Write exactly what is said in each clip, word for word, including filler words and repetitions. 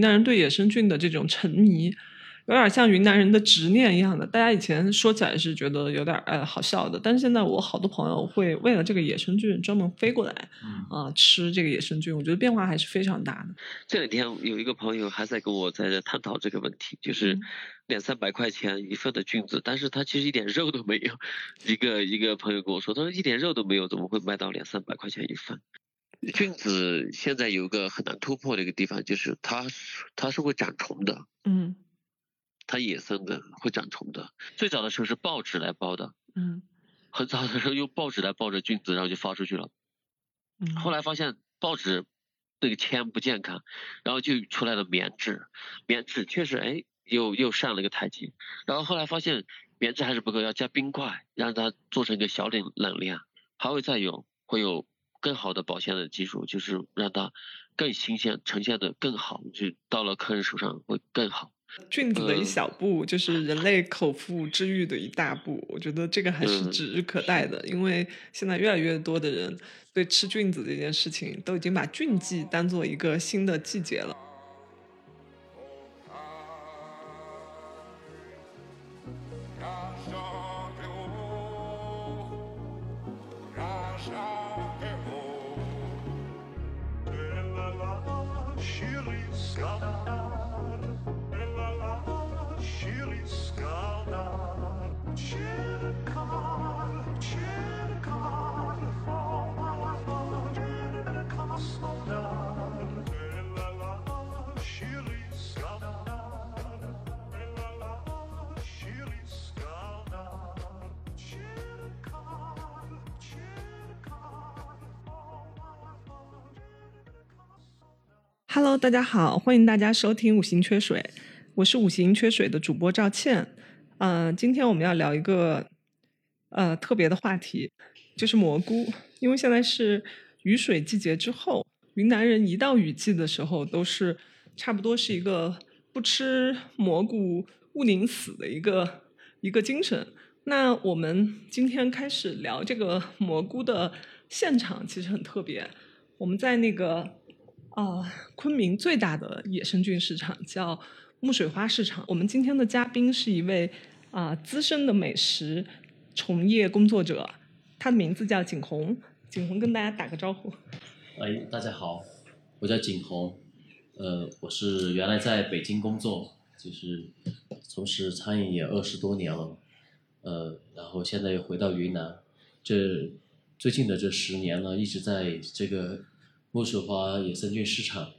云南人对野生菌的这种沉迷，有点像云南人的执念一样的。大家以前说起来是觉得有点呃好笑的，但是现在我好多朋友会为了这个野生菌专门飞过来，啊、呃，吃这个野生菌，我觉得变化还是非常大的。 这两天有一个朋友还在跟我在探讨这个问题，就是两三百块钱一份的菌子，但是它其实一点肉都没有。一个一个朋友跟我说，他说一点肉都没有，怎么会卖到两三百块钱一份？菌子现在有一个很难突破的一个地方，就是它它是会长虫的， 嗯， 它野生的会长虫的。最早的时候是报纸来包的， 嗯， 很早的时候用报纸来包着菌子，然后就发出去了。 嗯， 后来发现报纸那个铅不健康，然后就出来了棉质，棉质确实哎又又上了一个台阶。然后后来发现棉质还是不够，要加冰块，让它做成一个小冷冷链，还会再有会有更好的保鲜的技术，就是让它更新鲜，呈现的更好，就到了客人手上会更好。 菌子的一小步，就是人类口腹之欲的一大步。我觉得这个还是指日可待的， 嗯、 因为现在越来越多的人对吃菌子这件事情都已经把菌季当做一个新的季节了。Hello， 大家好，欢迎大家收听五行缺水，我是五行缺水的主播赵倩。呃，今天我们要聊一个呃特别的话题，就是蘑菇。因为现在是雨水季节之后，云南人一到雨季的时候，都是差不多是一个不吃蘑菇勿宁死的一个一个精神。那我们今天开始聊这个蘑菇的现场，其实很特别。我们在那个啊、呃，昆明最大的野生菌市场叫木水花市场。我们今天的嘉宾是一位啊、呃、资深的美食从业工作者，他的名字叫景红。景红跟大家打个招呼。 哎，大家好，我叫景红，呃，我是原来在北京工作，就是从事餐饮业二十多年了，呃，然后现在又回到云南，这最近的这十年呢，一直在这个木水花野生菌市场。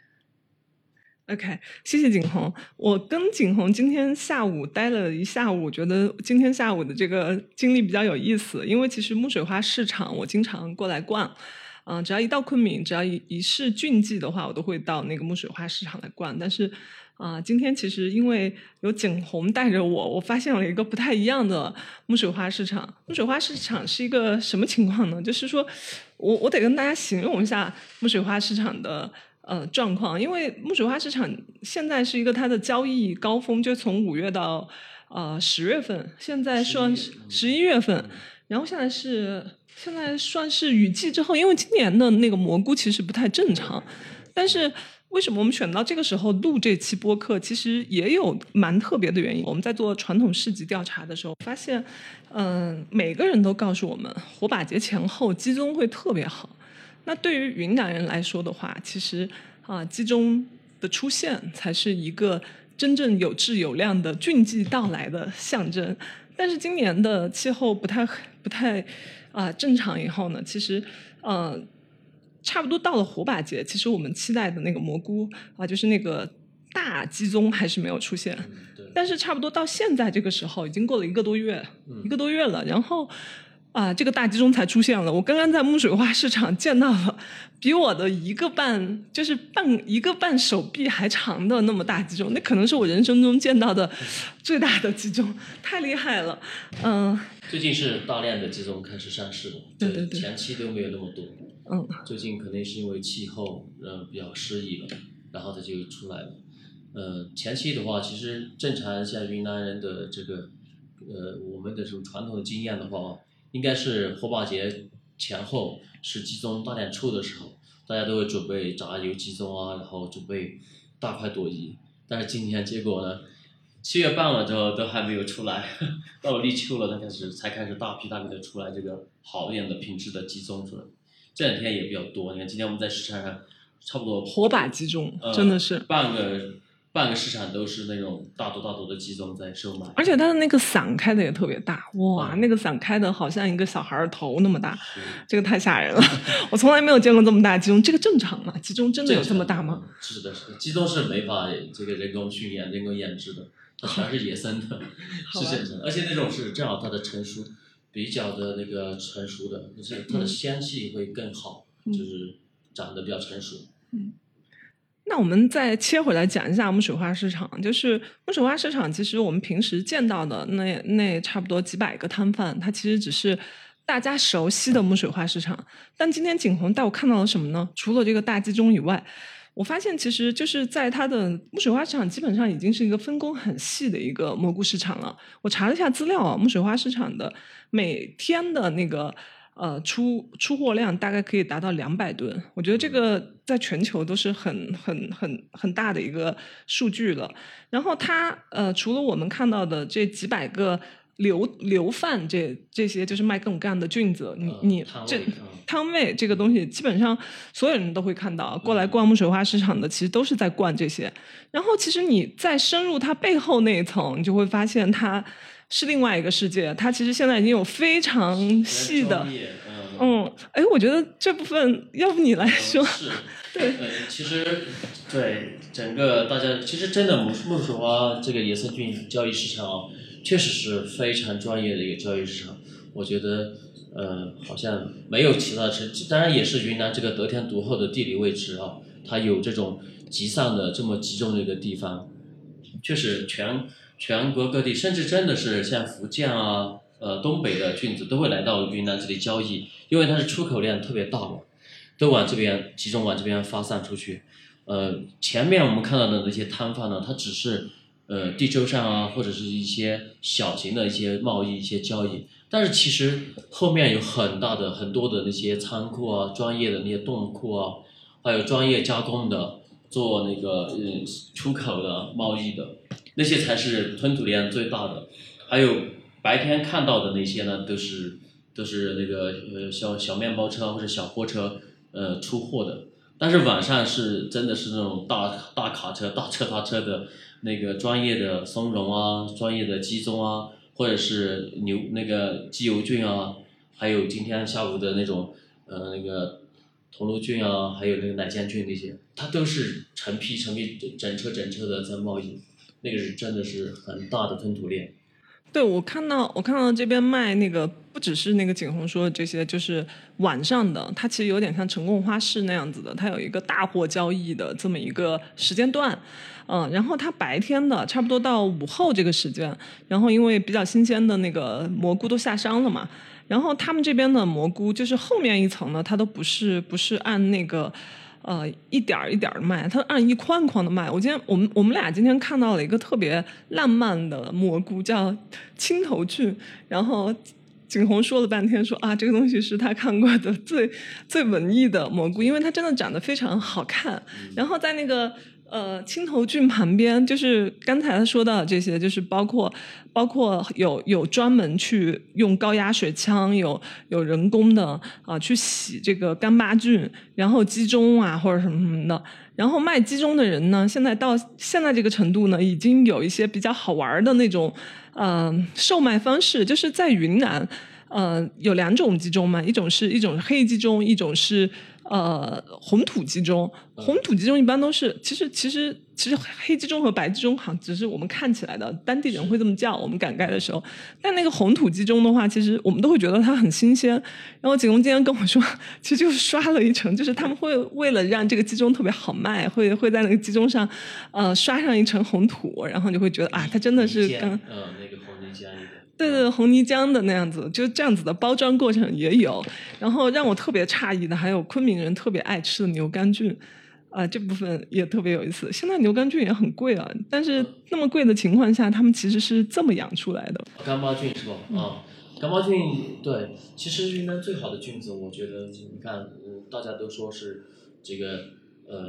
OK， 谢谢景红。我跟景红今天下午待了一下午，我觉得今天下午的这个经历比较有意思，因为其实木水花市场我经常过来逛，嗯、呃，只要一到昆明，只要一一是菌季的话，我都会到那个木水花市场来逛。但是啊、呃，今天其实因为有景红带着我，我发现了一个不太一样的木水花市场。木水花市场是一个什么情况呢？就是说我我得跟大家形容一下木水花市场的呃，状况。因为木水花市场现在是一个它的交易高峰，就从五月到呃十月份，现在算十一月份，然后现在是现在算是雨季之后，因为今年的那个蘑菇其实不太正常，但是为什么我们选到这个时候录这期播客，其实也有蛮特别的原因。我们在做传统市集调查的时候发现，嗯、呃，每个人都告诉我们火把节前后鸡枞会特别好。那对于云南人来说的话，其实啊，鸡枞的出现才是一个真正有质有量的菌季到来的象征。但是今年的气候不太不太啊正常以后呢，其实呃差不多到了火把节，其实我们期待的那个蘑菇啊，就是那个大鸡枞还是没有出现。 嗯、 但是差不多到现在这个时候，已经过了一个多月， 嗯、 一个多月了，然后。啊，这个大鸡枞才出现了。我刚刚在木水花市场见到了比我的一个半，就是半一个半手臂还长的那么大鸡枞，那可能是我人生中见到的最大的鸡枞，太厉害了。嗯、呃， 最近是大量的鸡枞开始上市了， 对对对， 前期都没有那么多。 嗯， 最近可能是因为气候呃比较适宜了，然后它就出来了。呃，前期的话，其实正常像云南人的这个呃我们的这种传统的经验的话。应该是火把节前后是鸡枞大量出的时候，大家都会准备炸油鸡枞啊，然后准备大快朵颐。但是今年结果呢，七月半了之后都还没有出来，到了立秋了，它开始才开始大批大批的出来这个好一点的品质的鸡枞出来。这两天也比较多，你看今天我们在市场上差不多火把鸡枞， 呃、 真的是半个半个市场都是那种大多大多的鸡枞在售卖， 而且它的那个伞开的也特别大，哇， 嗯、 那个伞开的好像一个小孩头那么大，这个太吓人了，我从来没有见过这么大鸡枞，这个正常吗？鸡枞真的有这么大吗？ 是的，是的，鸡枞是没法这个人工训练、人工养殖的，它全是野生的，是正常的，而且那种是正好它的成熟比较的那个成熟的，就是它的香气会更好，嗯、就是长得比较成熟。 嗯。那我们再切回来讲一下木水花市场，就是木水花市场，其实我们平时见到的那那差不多几百个摊贩，它其实只是大家熟悉的木水花市场。但今天景洪带我看到了什么呢？除了这个大鸡枞以外，我发现其实就是在它的木水花市场基本上已经是一个分工很细的一个蘑菇市场了。我查了一下资料啊，木水花市场的每天的那个呃，出出货量大概可以达到两百吨，我觉得这个在全球都是很很很很大的一个数据了。然后它呃，除了我们看到的这几百个流流贩这这些就是卖各种各样的菌子，你你这摊位这个东西，基本上所有人都会看到，过来逛木水花市场的其实都是在逛这些。然后其实你再深入它背后那一层，你就会发现它是另外一个世界，它其实现在已经有非常细的，嗯，哎、嗯，我觉得这部分要不你来说， 嗯、是， 对， 呃，其实对整个大家，其实真的木木水花这个野生菌交易市场，确实是非常专业的一个交易市场。我觉得，呃，好像没有其他城，当然也是云南这个得天独厚的地理位置啊，它有这种集散的这么集中的一个地方，确实全。全国各地，甚至真的是像福建啊、呃东北的菌子都会来到云南这里交易，因为它是出口量特别大嘛，都往这边集中往这边发散出去。呃，前面我们看到的那些摊贩呢，它只是呃地州上啊，或者是一些小型的一些贸易、一些交易，但是其实后面有很大的、很多的那些仓库啊、专业的那些冻库啊，还有专业加工的、做那个呃出口的贸易的。那些才是吞吐量最大的，还有白天看到的那些呢，都是都是那个呃小小面包车或者小货车呃出货的，但是晚上是真的是那种大大卡车、大车大车的那个专业的松茸啊、专业的鸡枞啊，或者是牛那个鸡油菌啊，还有今天下午的那种呃那个桐庐菌啊，还有那个奶香菌那些，它都是成批成批整车整车的在贸易。那个是真的是很大的吞吐量。 对，我看到我看到这边卖那个不只是那个景洪说的这些，就是晚上的，它其实有点像成贡花市那样子的，它有一个大货交易的这么一个时间段，嗯，然后它白天的差不多到午后这个时间，然后因为比较新鲜的那个蘑菇都下商了嘛，然后他们这边的蘑菇就是后面一层呢，它都不是不是按那个。呃，一点儿一点儿的卖，它按一筐筐的卖。我今天我们我们俩今天看到了一个特别浪漫的蘑菇，叫青头菌。然后景洪说了半天说，说啊，这个东西是他看过的最最文艺的蘑菇，因为它真的长得非常好看。然后在那个呃青头菌旁边，就是刚才他说到的这些，就是包括包括有有专门去用高压水枪，有有人工的啊、呃、去洗这个干巴菌，然后鸡枞啊或者什么什么的。然后卖鸡枞的人呢，现在到现在这个程度呢，已经有一些比较好玩的那种呃售卖方式，就是在云南呃有两种鸡枞嘛，一种是一种是黑鸡枞，一种是呃红土鸡枞。红土鸡枞一般都是其实其实其实黑鸡枞和白鸡枞好像只是我们看起来的，当地人会这么叫，我们赶盖的时候。但那个红土鸡枞的话，其实我们都会觉得它很新鲜。然后景洪今天跟我说，其实就是刷了一层，就是他们会为了让这个鸡枞特别好卖，会会在那个鸡枞上呃刷上一层红土，然后就会觉得啊，它真的是跟嗯那个红泥浆一个。 对对，红泥浆的那样子，就这样子的包装过程也有。然后让我特别诧异的还有昆明人特别爱吃的牛肝菌，啊、呃，这部分也特别有意思。现在牛肝菌也很贵啊，但是那么贵的情况下，他们其实是这么养出来的。 干巴菌是吧？啊、嗯，干巴菌对，其实云南最好的菌子，我觉得你看，嗯，大家都说是这个呃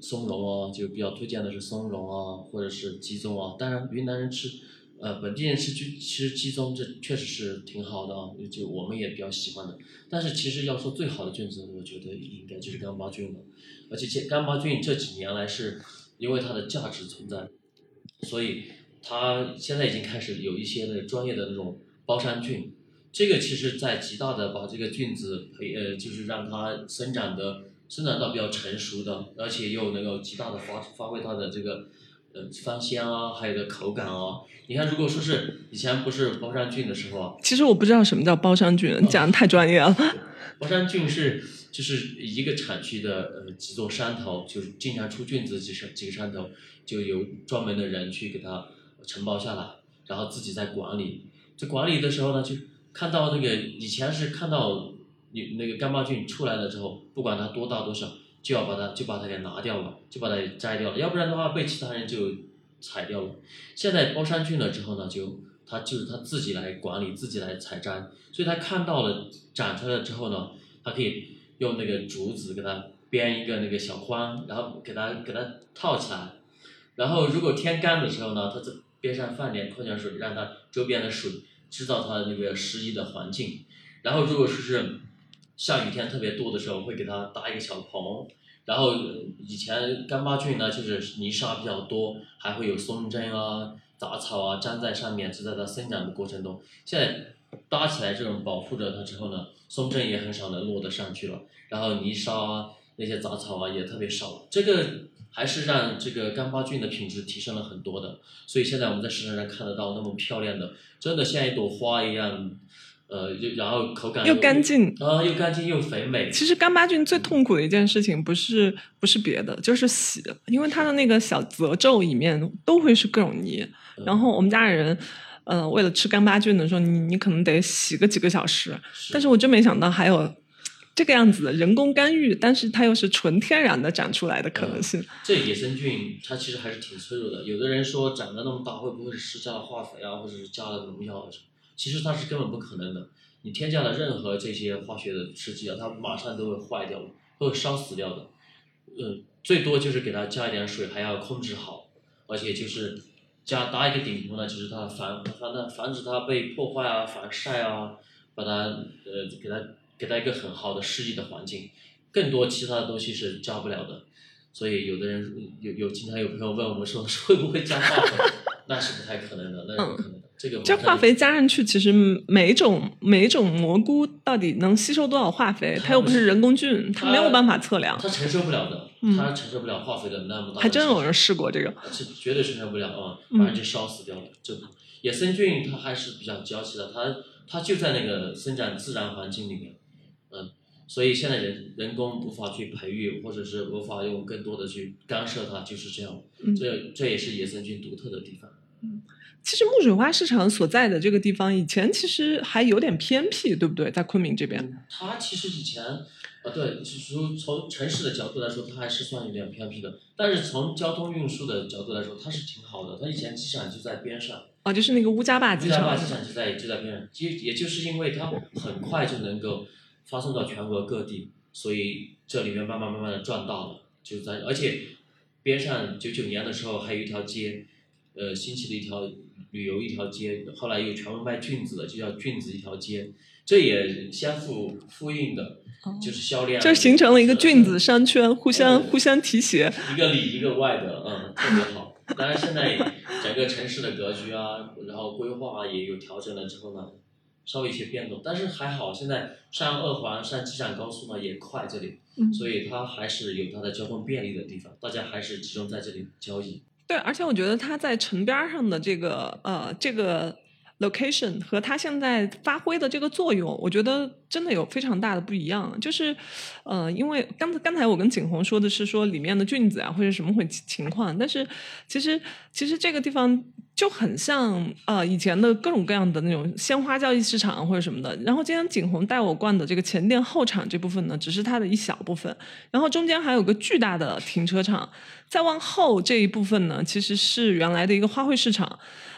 松茸啊，就比较推荐的是松茸啊，或者是鸡枞啊。当然，云南人吃，呃，本地人吃吃吃鸡枞，这确实是挺好的啊，就我们也比较喜欢的。但是其实要说最好的菌子，我觉得应该就是干巴菌了。而且干巴菌这几年来是因为它的价值存在，所以它现在已经开始有一些那个专业的那种包山菌。这个其实在极大的把这个菌子培呃，就是让它生长的生长到比较成熟的，而且又能够极大的发发挥它的这个呃芳香啊，还有的口感啊。你看，如果说是以前不是包山菌的时候啊， 其实我不知道什么叫包山菌，你讲的太专业了。 包山菌是就是一个产区的呃几座山头，就是经常出菌子几山几个山头，就有专门的人去给它承包下来，然后自己在管理。这管理的时候呢，就看到那个以前是看到你那个干巴菌出来了之后，不管它多大多小，就要把它就把它给拿掉了，就把它给摘掉了，要不然的话被其他人就采掉了。现在包山菌了之后呢，就他就是他自己来管理，自己来采摘，所以他看到了长出来了之后呢，他可以用那个竹子给它编一个那个小筐，然后给它给它套起来，然后如果天干的时候呢，它在边上放点矿泉水，让它周边的水制造它那个适宜的环境。然后如果说是下雨天特别多的时候，会给它搭一个小棚。然后以前干巴菌呢，就是泥沙比较多，还会有松针啊、杂草啊粘在上面，是在它生长的过程中。现在搭起来这种保护着它之后呢，松针也很少能落得上去了，然后泥沙啊、那些杂草啊也特别少了。这个还是让这个干巴菌的品质提升了很多的。所以现在我们在市场上看得到那么漂亮的，真的像一朵花一样。呃，然后口感又干净啊、呃，又干净又肥美。 其实干巴菌最痛苦的一件事情不是不是别的，就是洗，因为它的那个小褶皱里面都会是各种泥。嗯、然后我们家里人，呃，为了吃干巴菌的时候，你你可能得洗个几个小时。是但是我真没想到还有这个样子的人工干预，但是它又是纯天然的长出来的可能性。嗯、 这野生菌它其实还是挺脆弱的。有的人说长得那么大，会不会是施加了化肥啊，或者是加了农药啊？其实它是根本不可能的，你添加了任何这些化学的试剂啊，它马上都会坏掉的，会烧死掉的。呃，最多就是给它加一点水，还要控制好，而且就是加搭一个顶棚呢，就是它防防它防止它被破坏啊、防晒啊，把它呃给它给它一个很好的适宜的环境。更多其他的东西是加不了的，所以有的人有有经常有朋友问我们说会不会加化肥，那是不太可能的，那是不可能的。嗯这个这化肥加上去，其实每种每种蘑菇到底能吸收多少化肥，它又不是人工菌，它没有办法测量， 它承受不了的，它承受不了化肥的那么大的。 还真有人试过这个， 是绝对承受不了啊，反正就烧死掉了。就野生菌它还是比较娇气的，它它就在那个生长自然环境里面，嗯，所以现在人人工无法去培育，或者是无法用更多的去干涉它，就是这样。嗯、这这也是野生菌独特的地方。 嗯。其实木水花市场所在的这个地方，以前其实还有点偏僻，对不对？在昆明这边， 嗯、它其实以前，啊对，从从城市的角度来说，它还是算有点偏僻的。但是从交通运输的角度来说，它是挺好的。它以前机场就在边上。 哦，就是那个乌家坝机场。 乌家坝机场就在就在边上，就也就是因为它很快就能够发送到全国各地，所以这里面慢慢慢慢的壮大了，就在而且边上九九年的时候还有一条街，呃，兴起的一条。旅游一条街，后来又全部卖菌子的，就叫菌子一条街，这也相互呼应的，哦、就是销量， 这形成了一个菌子商圈，互相、嗯、互相提携， 一个里一个外的，嗯，特别好。当然，现在整个城市的格局啊，然后规划也有调整了之后呢，稍微一些变动，但是还好，现在上二环、上机场高速呢也快这里，嗯、所以它还是有它的交通便利的地方，大家还是集中在这里交易。 对，而且我觉得它在城边上的这个呃这个 location 和它现在发挥的这个作用，我觉得真的有非常大的不一样。就是呃，因为刚才刚才我跟景洪说的是说里面的菌子啊会是什么会情况，但是其实其实这个地方就很像呃以前的各种各样的那种鲜花交易市场或者什么的。然后今天景洪带我逛的这个前店后场这部分呢，只是它的一小部分，然后中间还有个巨大的停车场。再往后这一部分呢，其实是原来的一个花卉市场，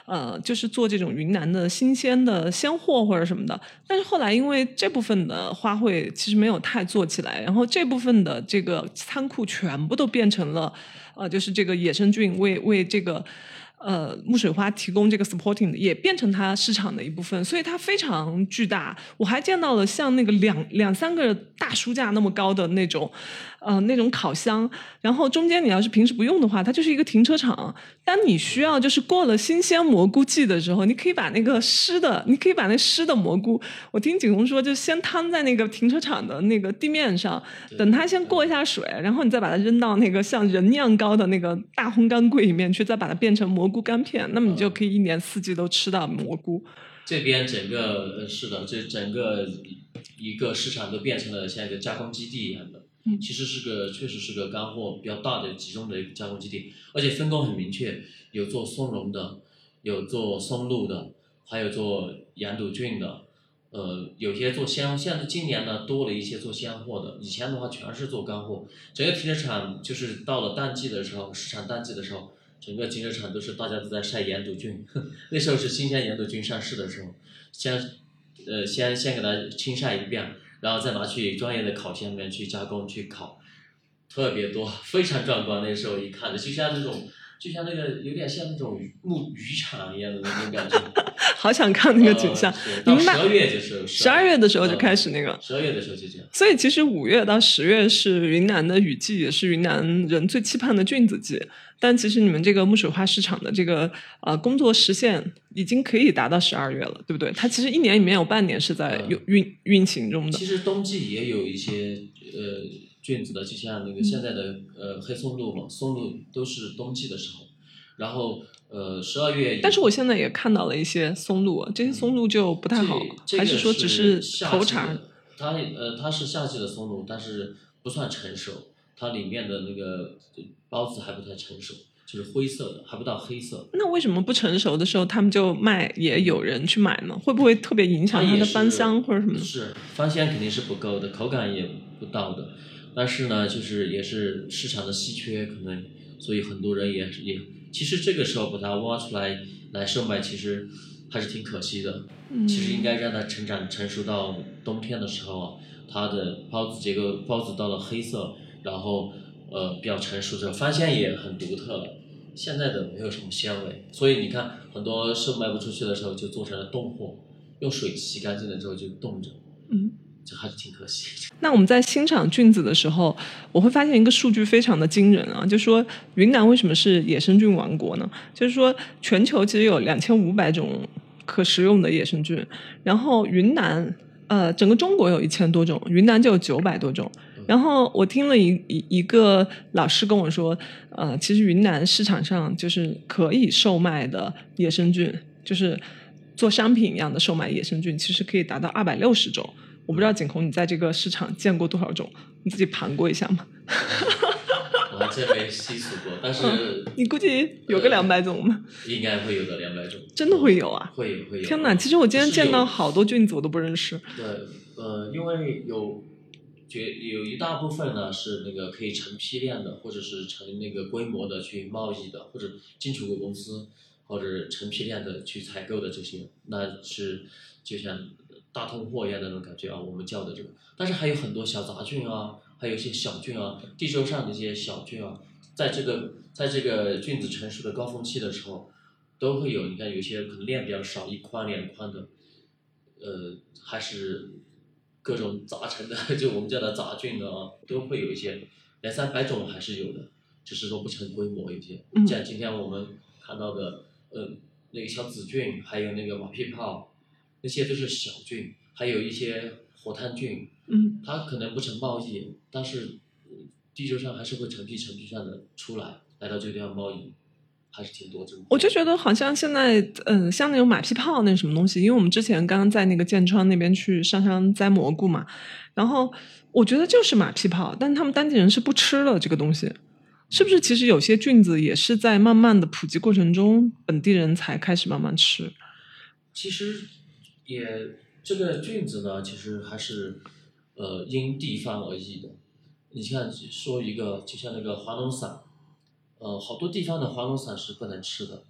呃，就是做这种云南的新鲜的鲜货或者什么的。但是后来因为这部分的花卉其实没有太做起来，然后这部分的这个仓库全部都变成了，呃，就是这个野生菌为为这个。呃，木水花提供这个 supporting 的，也变成它市场的一部分，所以它非常巨大。我还见到了像那个两两三个大书架那么高的那种，呃，那种烤箱，然后中间你要是平时不用的话，它就是一个停车场。当你需要就是过了新鲜蘑菇季的时候，你可以把那个湿的，你可以把那湿的蘑菇，我听景洪说，就先摊在那个停车场的那个地面上，等它先过一下水，然后你再把它扔到那个像人一样高的那个大烘干柜里面去，再把它变成蘑菇干片，那么你就可以一年四季都吃到蘑菇。 这边整个呃是的，这整个一个市场都变成了像一个加工基地一样的。 嗯， 其实是个确实是个干货比较大的集中的一个加工基地，而且分工很明确，有做松茸的，有做松露的，还有做羊肚菌的，呃，有些做鲜，现在今年呢多了一些做鲜货的，以前的话全是做干货。整个停车场就是到了淡季的时候，市场淡季的时候，整个停车场都是大家都在晒羊肚菌，那时候是新鲜羊肚菌上市的时候，先呃先先给它清晒一遍。然后再拿去专业的烤箱里面去加工去烤，特别多，非常壮观。那时候一看着，就像那种，就像那个有点像那种牧渔场一样的那种感觉。 好想看那个景象。 呃、到十二月就是十二月的时候就开始那个。 十、呃、二月的时候就这样。 所以其实五月到十月是云南的雨季，也是云南人最期盼的菌子季。但其实你们这个木水花市场的这个呃工作时限已经可以达到十二月了，对不对？它其实一年里面有半年是在运、呃、运运行中的。 其实冬季也有一些呃菌子的，就像那个现在的、嗯、呃黑松露嘛，松露都是冬季的时候。然后呃十二月， 但是我现在也看到了一些松露，这些松露就不太好， 这还是说只是头茬？ 它呃它是夏季的松露，但是不算成熟，它里面的那个孢子还不太成熟，就是灰色的，还不到黑色。 那为什么不成熟的时候他们就卖，也有人去买呢？会不会特别影响它的芳香或者什么？ 是芳香肯定是不够的，口感也不到的。但是呢，就是也是市场的稀缺，可能所以很多人也也。其实这个时候把它挖出来来售卖，其实还是挺可惜的。 嗯、 其实应该让它成长成熟到冬天的时候啊，它的孢子结构孢子到了黑色，然后呃比较成熟之后，芳香也很独特了。现在的没有什么香味，所以你看很多售卖不出去的时候就做成了冻货，用水洗干净了之后就冻着。 嗯。 这还是挺可惜。 那我们在欣赏菌子的时候，我会发现一个数据非常的惊人啊，就是说云南为什么是野生菌王国呢？就是说全球其实有两千五百种可食用的野生菌，然后云南呃整个中国有一千多种，云南就有九百多种。然后我听了一一一个老师跟我说，呃，其实云南市场上就是可以售卖的野生菌，就是做商品一样的售卖野生菌，其实可以达到二百六十种。我不知道景洪你在这个市场见过多少种，你自己盘过一下吗？ 我还真没细数过，但是、嗯、 你估计有个两百种吗？ 呃、应该会有个两百种。 真的会有啊？ 会有会有。 天哪！其实我今天见到好多菌子我都不认识。 对，呃，因为有绝有一大部分呢是那个可以成批量的，或者是成那个规模的去贸易的，或者进出口公司或者成批量的去采购的这些，那是就像大通货一样的那种感觉啊，我们叫的这个。但是还有很多小杂菌啊，还有一些小菌啊，地球上的一些小菌啊，在这个在这个菌子成熟的高峰期的时候，都会有。你看有些可能量比较少，一筐两筐的，呃，还是各种杂成的，就我们叫的杂菌的啊，都会有一些两三百种还是有的，只是说不成规模一些。像今天我们看到的，呃，那个小紫菌，还有那个马屁泡。那些都是小菌，还有一些火炭菌， 嗯， 它可能不成贸易，但是地球上还是会成批成批上的出来，来到这个地方贸易，还是挺多这种。 我就觉得好像现在，嗯、呃，像那种马屁泡那什么东西，因为我们之前刚刚在那个剑川那边去上山摘蘑菇嘛，然后我觉得就是马屁泡，但他们当地人是不吃了这个东西，是不是？其实有些菌子也是在慢慢的普及过程中，本地人才开始慢慢吃。 其实。也这个菌子呢，其实还是呃因地方而异的。你看说一个，就像那个华龙伞，呃，好多地方的华龙伞是不能吃的，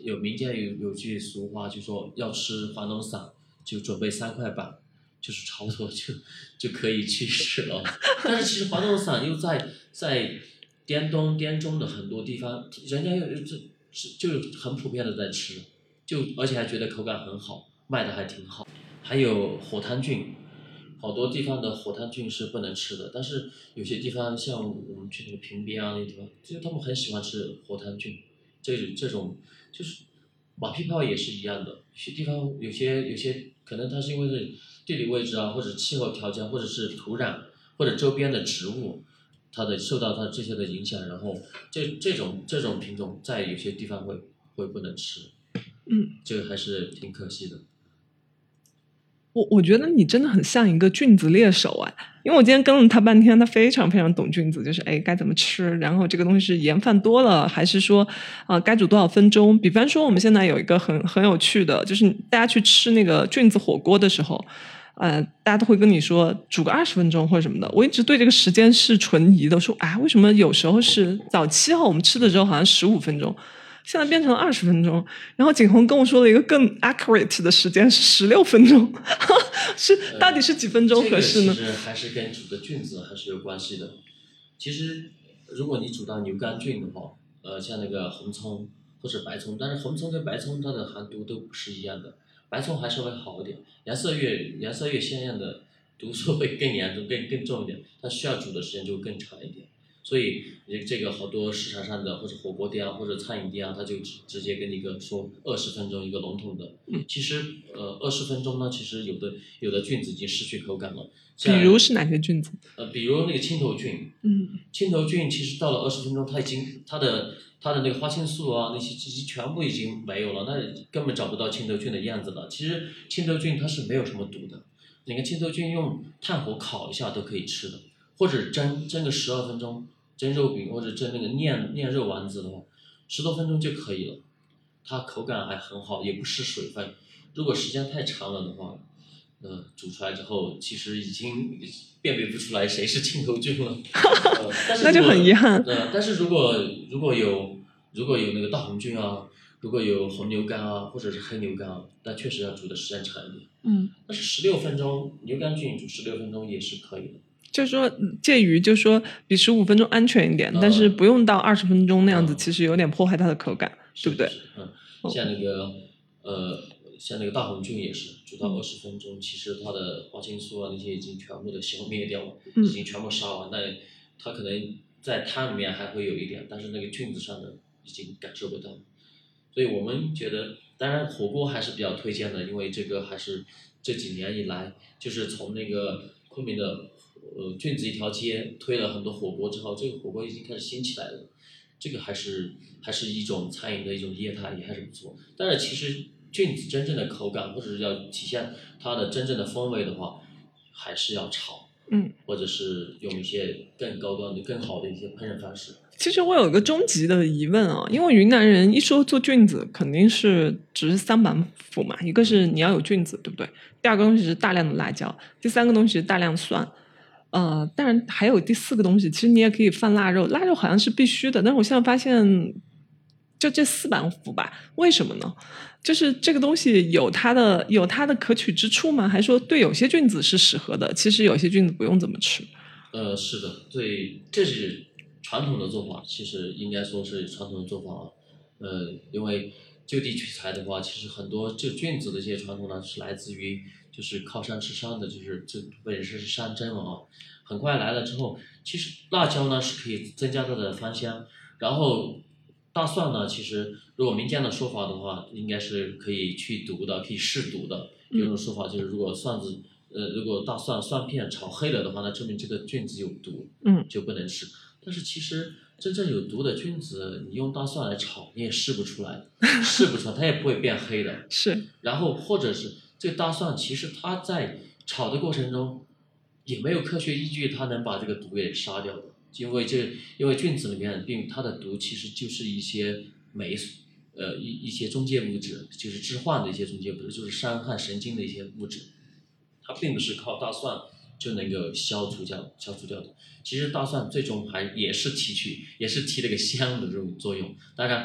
有民间有有句俗话，就说要吃黄龙散就准备三块板，就是差不多就就可以去吃了。但是其实黄龙散又在在滇东滇中的很多地方，人家又这就很普遍的在吃，就而且还觉得口感很好，卖的还挺好。还有火炭菌。好多地方的火炭菌是不能吃的，但是有些地方像我们去那个平边啊那地方，其实他们很喜欢吃火炭菌。这种这种就是马屁泡也是一样的，有些地方有些有些可能它是因为是地理位置啊，或者气候条件，或者是土壤，或者周边的植物，它的受到它这些的影响，然后这这种这种品种在有些地方会会不能吃， 嗯， 这个还是挺可惜的。 我我觉得你真的很像一个菌子猎手啊，因为我今天跟了他半天，他非常非常懂菌子，就是哎该怎么吃，然后这个东西是盐放多了，还是说啊、呃、该煮多少分钟？比方说我们现在有一个很很有趣的，就是大家去吃那个菌子火锅的时候，呃，大家都会跟你说煮个二十分钟或者什么的。我一直对这个时间是存疑的，说啊为什么有时候是早期哈我们吃的时候好像十五分钟。现在变成了二十分钟，然后景洪跟我说了一个更 accurate 的时间是十六分钟，是到底是几分钟合适呢？ 呃这个、其实还是跟煮的菌子还是有关系的。其实如果你煮到牛肝菌的话，呃，像那个红葱或者白葱，但是红葱跟白葱它的含毒都不是一样的，白葱还是会好一点，颜色越颜色越鲜艳的毒素会更严重、更更重一点，它需要煮的时间就会更长一点。所以这个好多市场上的或者火锅店啊或者餐饮店啊，他就直直接跟你个说二十分钟一个笼统的。 嗯， 其实呃二十分钟呢，其实有的有的菌子已经失去口感了。 比如是哪些菌子？ 呃，比如那个青头菌。 嗯， 青头菌其实到了二十分钟，它已经它的它的那个花青素啊那些其实全部已经没有了，那根本找不到青头菌的样子了。其实青头菌它是没有什么毒的，那个青头菌用炭火烤一下都可以吃的，或者蒸蒸个十二分钟。蒸肉饼或者蒸那个念念肉丸子的话，十多分钟就可以了，它口感还很好，也不失水分。如果时间太长了的话，呃，煮出来之后其实已经辨别不出来谁是青头菌了。呃、但是那就很遗憾。 呃，但是如果如果有如果有那个大红菌啊，如果有红牛肝啊，或者是黑牛肝啊，那确实要煮的时间长一点。 嗯， 但是十六分钟牛肝菌煮十六分钟也是可以的。 就是说介于就是说比十五分钟安全一点、嗯、但是不用到二十分钟那样子、嗯、其实有点破坏它的口感，对不对？ 嗯，像那个呃像那个大红菌也是煮到二十分钟、嗯、其实它的花青素啊那些已经全部的消灭掉了、嗯、已经全部杀完，那它可能在汤里面还会有一点，但是那个菌子上的已经感受不到。所以我们觉得当然火锅还是比较推荐的，因为这个还是这几年以来就是从那个昆明的呃，菌子一条街推了很多火锅之后，这个火锅已经开始兴起来了。这个还是还是一种餐饮的一种业态，也还是不错。但是其实菌子真正的口感，或者是要体现它的真正的风味的话，还是要炒， 嗯， 或者是用一些更高端的、更好的一些烹饪方式。 其实我有一个终极的疑问啊，因为云南人一说做菌子，肯定是只是三板斧嘛，一个是你要有菌子，对不对？第二个东西是大量的辣椒，第三个东西是大量蒜。呃，当然还有第四个东西，其实你也可以放腊肉，腊肉好像是必须的，但是我现在发现，就这四板斧吧，为什么呢？就是这个东西有它的有它的可取之处吗？还是说对有些菌子是适合的，其实有些菌子不用怎么吃？ 呃，是的，对，这是传统的做法，其实应该说是传统的做法啊。呃，因为就地取材的话，其实很多这菌子的这些传统呢，是来自于就是靠山吃山的，就是这本身是山珍嘛啊。很快来了之后，其实辣椒呢是可以增加它的芳香，然后大蒜呢，其实如果民间的说法的话，应该是可以去毒的，可以释毒的。有种说法就是，如果蒜子呃如果大蒜蒜片炒黑了的话，那证明这个菌子有毒， 嗯， 就不能吃。但是其实真正有毒的菌子，你用大蒜来炒，你也试不出来，试不出来，它也不会变黑的。 是。 然后或者是这个大蒜，其实它在炒的过程中也没有科学依据，它能把这个毒给杀掉的。因为这因为菌子里面并它的毒其实就是一些酶，呃一一些中介物质，就是致幻的一些中介物质，就是伤害神经的一些物质，它并不是靠大蒜就能够消除掉消除掉的。其实大蒜最终还也是提取，也是提了个香的这种作用。当然，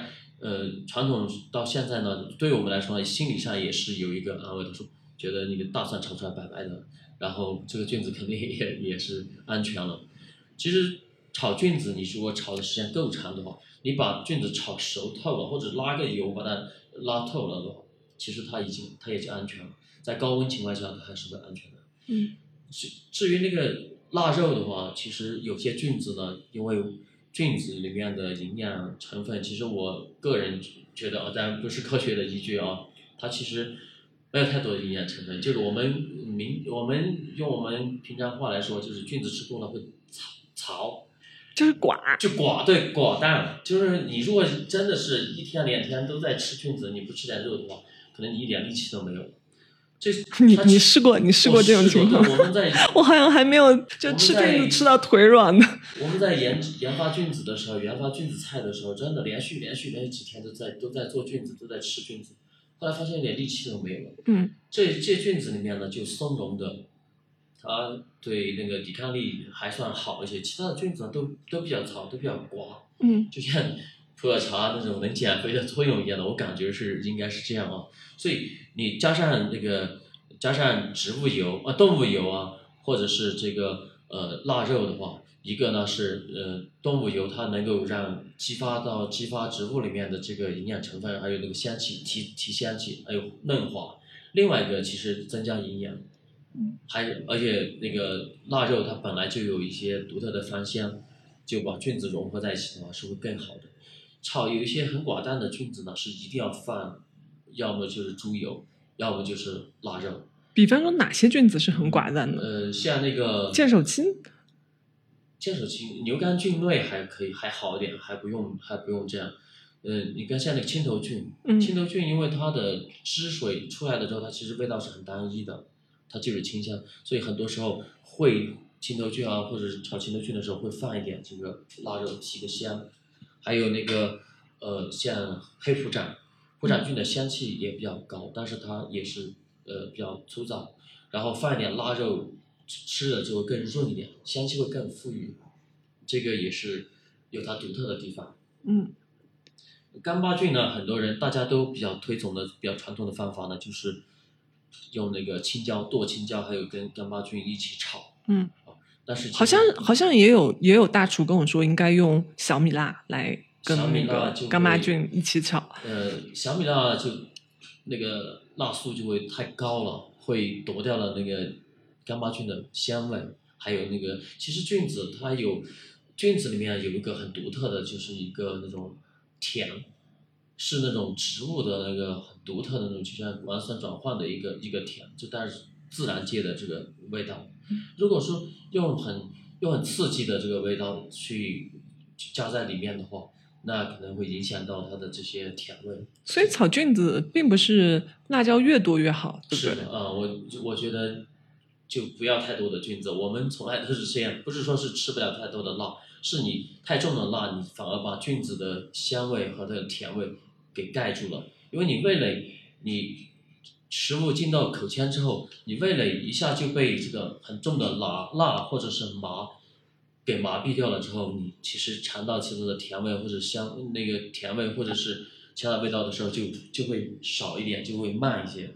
呃，传统到现在呢，对我们来说呢，心理上也是有一个安慰的，说觉得那个大蒜炒出来白白的，然后这个菌子肯定也也是安全了。其实炒菌子，你如果炒的时间够长的话，你把菌子炒熟透了，或者拉个油把它拉透了的话，其实它已经它也就安全了，在高温情况下它还是会安全的。 嗯， 至至于那个腊肉的话，其实有些菌子呢，因为菌子里面的营养成分，其实我个人觉得啊，当然不是科学的依据啊，它其实没有太多的营养成分。就是我们民我们用我们平常话来说，就是菌子吃多了会槽槽， 就是寡， 就寡对寡淡。就是你如果真的是一天两天都在吃菌子，你不吃点肉的话，可能你一点力气都没有。这你你试过你试过这种情况？ 我们在我好像还没有就吃菌子吃到腿软的。 我们在研研发菌子的时候，研发菌子菜的时候，真的连续连续连续几天都在都在做菌子，都在吃菌子。后来发现一点力气都没有了。 嗯， 这这菌子里面呢，就松茸的，它对那个抵抗力还算好一些，其他的菌子都都比较糙，都比较寡。 嗯， 就像普洱茶那种能减肥的作用一样的，我感觉是应该是这样啊。所以你加上那个加上植物油啊、动物油啊，或者是这个呃腊肉的话，一个呢是呃动物油，它能够让激发到激发植物里面的这个营养成分，还有那个香气提提香气，还有嫩滑。另外一个其实增加营养，还有而且那个腊肉它本来就有一些独特的芳香，就把菌子融合在一起的话是会更好的。炒有一些很寡淡的菌子呢，是一定要放，要么就是猪油，要么就是腊肉。 比方说哪些菌子是很寡淡的？ 呃，像那个剑手青， 剑手青、牛肝菌类还可以，还好一点，还不用还不用这样。呃，你看像那个青头菌， 嗯， 青头菌因为它的汁水出来了之后，它其实味道是很单一的，它就是清香，所以很多时候会青头菌啊，或者炒青头菌的时候会放一点这个腊肉提个香。还有那个呃，像黑虎掌，虎掌菌的香气也比较高，但是它也是呃比较粗糙，然后放一点腊肉，吃了就会更润一点，香气会更富裕，这个也是有它独特的地方。 嗯， 干巴菌呢，很多人大家都比较推崇的比较传统的方法呢，就是用那个青椒剁青椒，还有跟干巴菌一起炒。 嗯， 但是好像好像也有也有大厨跟我说，应该用小米辣来跟那个干巴菌一起炒。 呃，小米辣就那个辣素就会太高了，会夺掉了那个干巴菌的香味。还有那个，其实菌子它有菌子里面有一个很独特的，就是一个那种甜，是那种植物的那个很独特的那种，就像谷氨酸转换的一个一个甜，就但是自然界的这个味道。如果说用很用很刺激的这个味道去加在里面的话，那可能会影响到它的这些甜味。 所以炒菌子并不是辣椒越多越好，对不对？ 是的啊、呃，我我觉得就不要太多的菌子。我们从来都是这样，不是说是吃不了太多的辣，是你太重的辣，你反而把菌子的香味和它的甜味给盖住了。因为你味蕾，你食物进到口腔之后，你味蕾一下就被这个很重的辣辣或者是麻给麻痹掉了之后，你其实尝到其中的甜味或者香那个甜味或者是其他味道的时候就，就就会少一点，就会慢一些。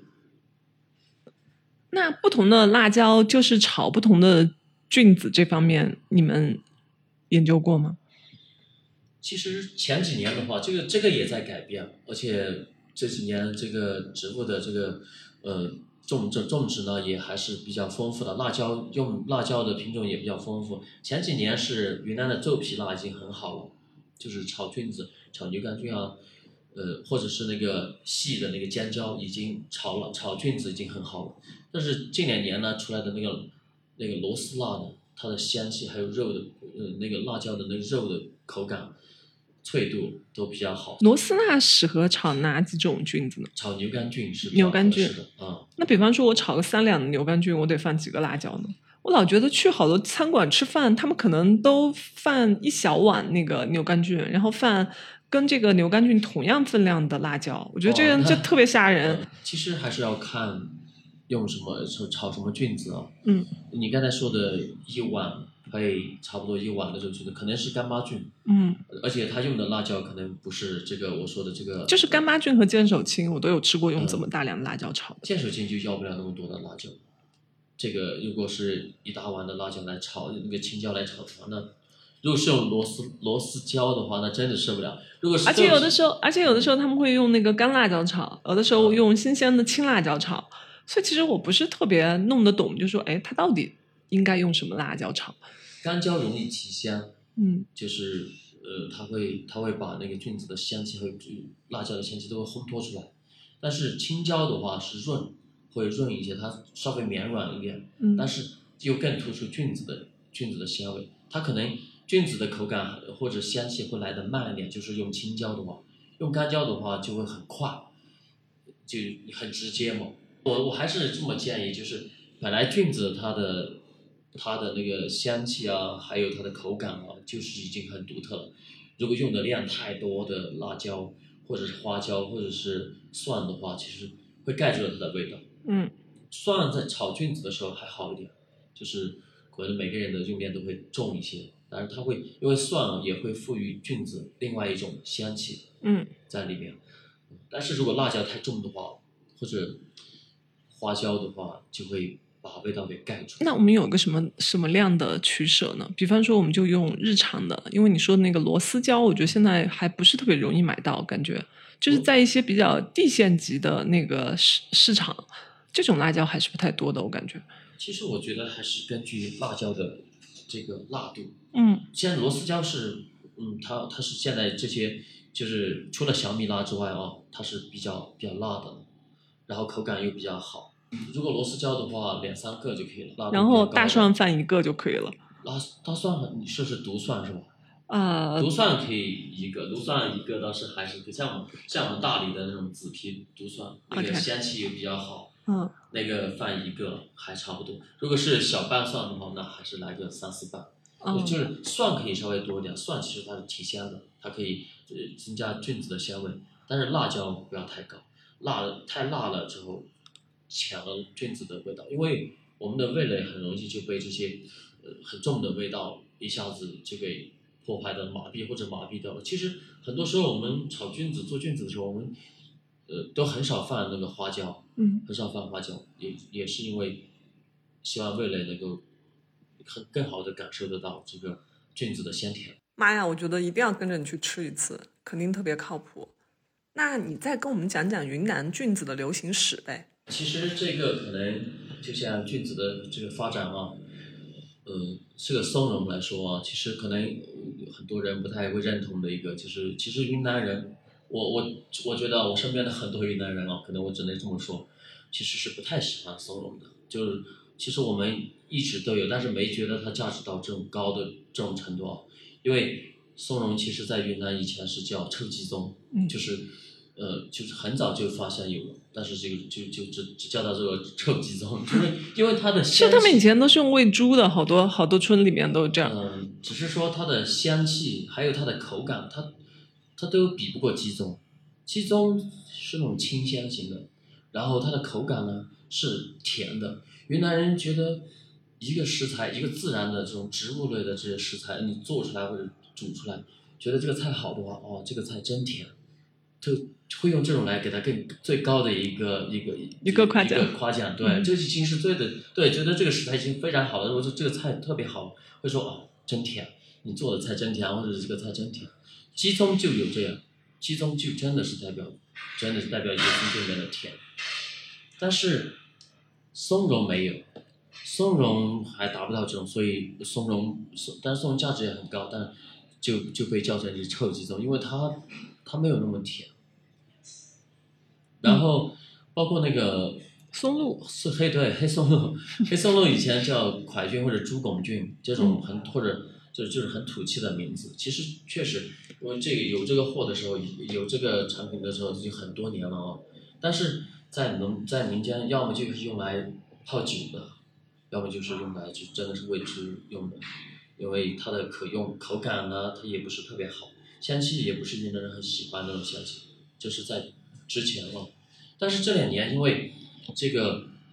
那不同的辣椒就是炒不同的菌子，这方面你们研究过吗？ 其实前几年的话，这个这个也在改变，而且这几年这个植物的这个呃种种种植呢也还是比较丰富的，辣椒用辣椒的品种也比较丰富。前几年是云南的皱皮辣已经很好了，就是炒菌子、炒牛肝菌啊，呃或者是那个细的那个尖椒已经炒了炒菌子已经很好了。但是近两年呢出来的那个那个螺丝辣呢，它的香气还有肉的呃那个辣椒的那个肉的口感。脆度都比较好。 螺丝辣适合炒哪几种菌子呢？ 炒牛肝菌是牛肝菌的啊、嗯。 那比方说，我炒个三两的牛肝菌，我得放几个辣椒呢？我老觉得去好多餐馆吃饭，他们可能都放一小碗那个牛肝菌，然后放跟这个牛肝菌同样分量的辣椒，我觉得这样就特别吓人。 哦、其实还是要看用什么炒什么菌子啊。 嗯， 你刚才说的一碗配差不多一碗的这个菌子，可能是干巴菌， 嗯， 而且他用的辣椒可能不是这个我说的这个， 就是干巴菌和剑手青，我都有吃过用这么大量的辣椒炒的。 剑手青就要不了那么多的辣椒，这个如果是一大碗的辣椒来炒那个青椒来炒的话，那如果是用螺丝螺丝椒的话，那真的受不了。如果是而且有的时候，而且有的时候他们会用那个干辣椒炒，有的时候用新鲜的青辣椒炒，所以其实我不是特别弄得懂，就说哎，它到底应该用什么辣椒炒？ 干椒容易提香， 嗯， 就是呃，它会它会把那个菌子的香气和辣椒的香气都会烘托出来。但是青椒的话是润，会润一些，它稍微绵软一点， 嗯， 但是又更突出菌子的菌子的香味。它可能菌子的口感或者香气会来得慢一点，就是用青椒的话，用干椒的话就会很快，就很直接嘛。我我还是这么建议，就是本来菌子它的它的那个香气啊，还有它的口感啊，就是已经很独特了。如果用的量太多的辣椒，或者是花椒，或者是蒜的话，其实会盖住了它的味道。 嗯， 蒜在炒菌子的时候还好一点，就是可能每个人的用量都会重一些，但是它会因为蒜也会赋予菌子另外一种香气， 嗯， 在里面。但是如果辣椒太重的话，或者花椒的话，就会把味道给盖住。 那我们有个什么什么量的取舍呢？比方说，我们就用日常的，因为你说的那个螺丝椒，我觉得现在还不是特别容易买到，感觉就是在一些比较地县级的那个市市场，这种辣椒还是不太多的，我感觉。 其实我觉得还是根据辣椒的这个辣度。 嗯， 现在螺丝椒是，嗯，它它是现在这些就是除了小米辣之外啊，它是比较比较辣的，然后口感又比较好。如果螺丝椒的话，两三个就可以了。辣度比较然后高的大蒜放一个就可以了。 大大蒜，你说是独蒜是吧？ 啊、 独蒜可以一个，独蒜一个倒是还是可以，像我们像我们大理的那种紫皮独蒜，那个 OK 香气也比较好。 嗯， 那个放一个还差不多。如果是小瓣蒜的话，那还是来个三四瓣。 哦就是蒜可以稍微多一点，蒜其实它是提香的，它可以呃增加菌子的香味。但是辣椒不要太高，辣了太辣了之后抢了菌子的味道，因为我们的味蕾很容易就被这些呃很重的味道一下子就给破坏的麻痹或者麻痹掉了。其实很多时候我们炒菌子做菌子的时候，我们呃都很少放那个花椒， 嗯， 很少放花椒，也也是因为希望味蕾能够很更好的感受得到这个菌子的鲜甜。 妈呀，我觉得一定要跟着你去吃一次，肯定特别靠谱。那你再跟我们讲讲云南菌子的流行史呗？ 其实这个可能就像菌子的这个发展啊，呃，这个松茸来说啊，其实可能呃很多人不太会认同的一个，就是其实云南人，我我我觉得我身边的很多云南人啊，可能我只能这么说，其实是不太喜欢松茸的。就是其实我们一直都有，但是没觉得它价值到这种高的这种程度啊，因为松茸其实在云南以前是叫臭鸡枞， 嗯就是呃就是很早就发现有了，但是这个就就只只叫它这个臭鸡枞，就是因为它的其香气。 实他们以前都是用喂猪的，好多好多村里面都是这样。 嗯，只是说它的香气还有它的口感，它它都比不过鸡枞。鸡枞是那种清香型的，然后它的口感呢是甜的。云南人觉得一个食材，一个自然的这种植物类的这些食材，你做出来或者煮出来，觉得这个菜好的话，哦，这个菜真甜，就会用这种来给它更最高的一个一个一个夸奖一个夸奖，对， 嗯这已经是最的，对，觉得这个食材已经非常好了。如果说这个菜特别好，会说哦，真甜，你做的菜真甜，或者是这个菜真甜。鸡枞就有这样，鸡枞就真的是代表，真的是代表一个心里面的甜，但是松茸没有，松茸还达不到这种，所以松茸，但是松茸价值也很高，但就就被叫成是臭鸡枞，因为它它没有那么甜。然后包括那个松露是黑对黑松露，黑松露以前叫蒯菌或者猪拱菌，这种很、或者就就是很土气的名字。其实确实，因为这个有这个货的时候，有这个产品的时候，已经很多年了哦。但是在农在民间，要么就是用来泡酒的，要么就是用来就真的是喂猪用的，因为它的可用口感呢，它也不是特别好，香气也不是云南人很喜欢那种香气，这是在之前了。但是这两年因为这个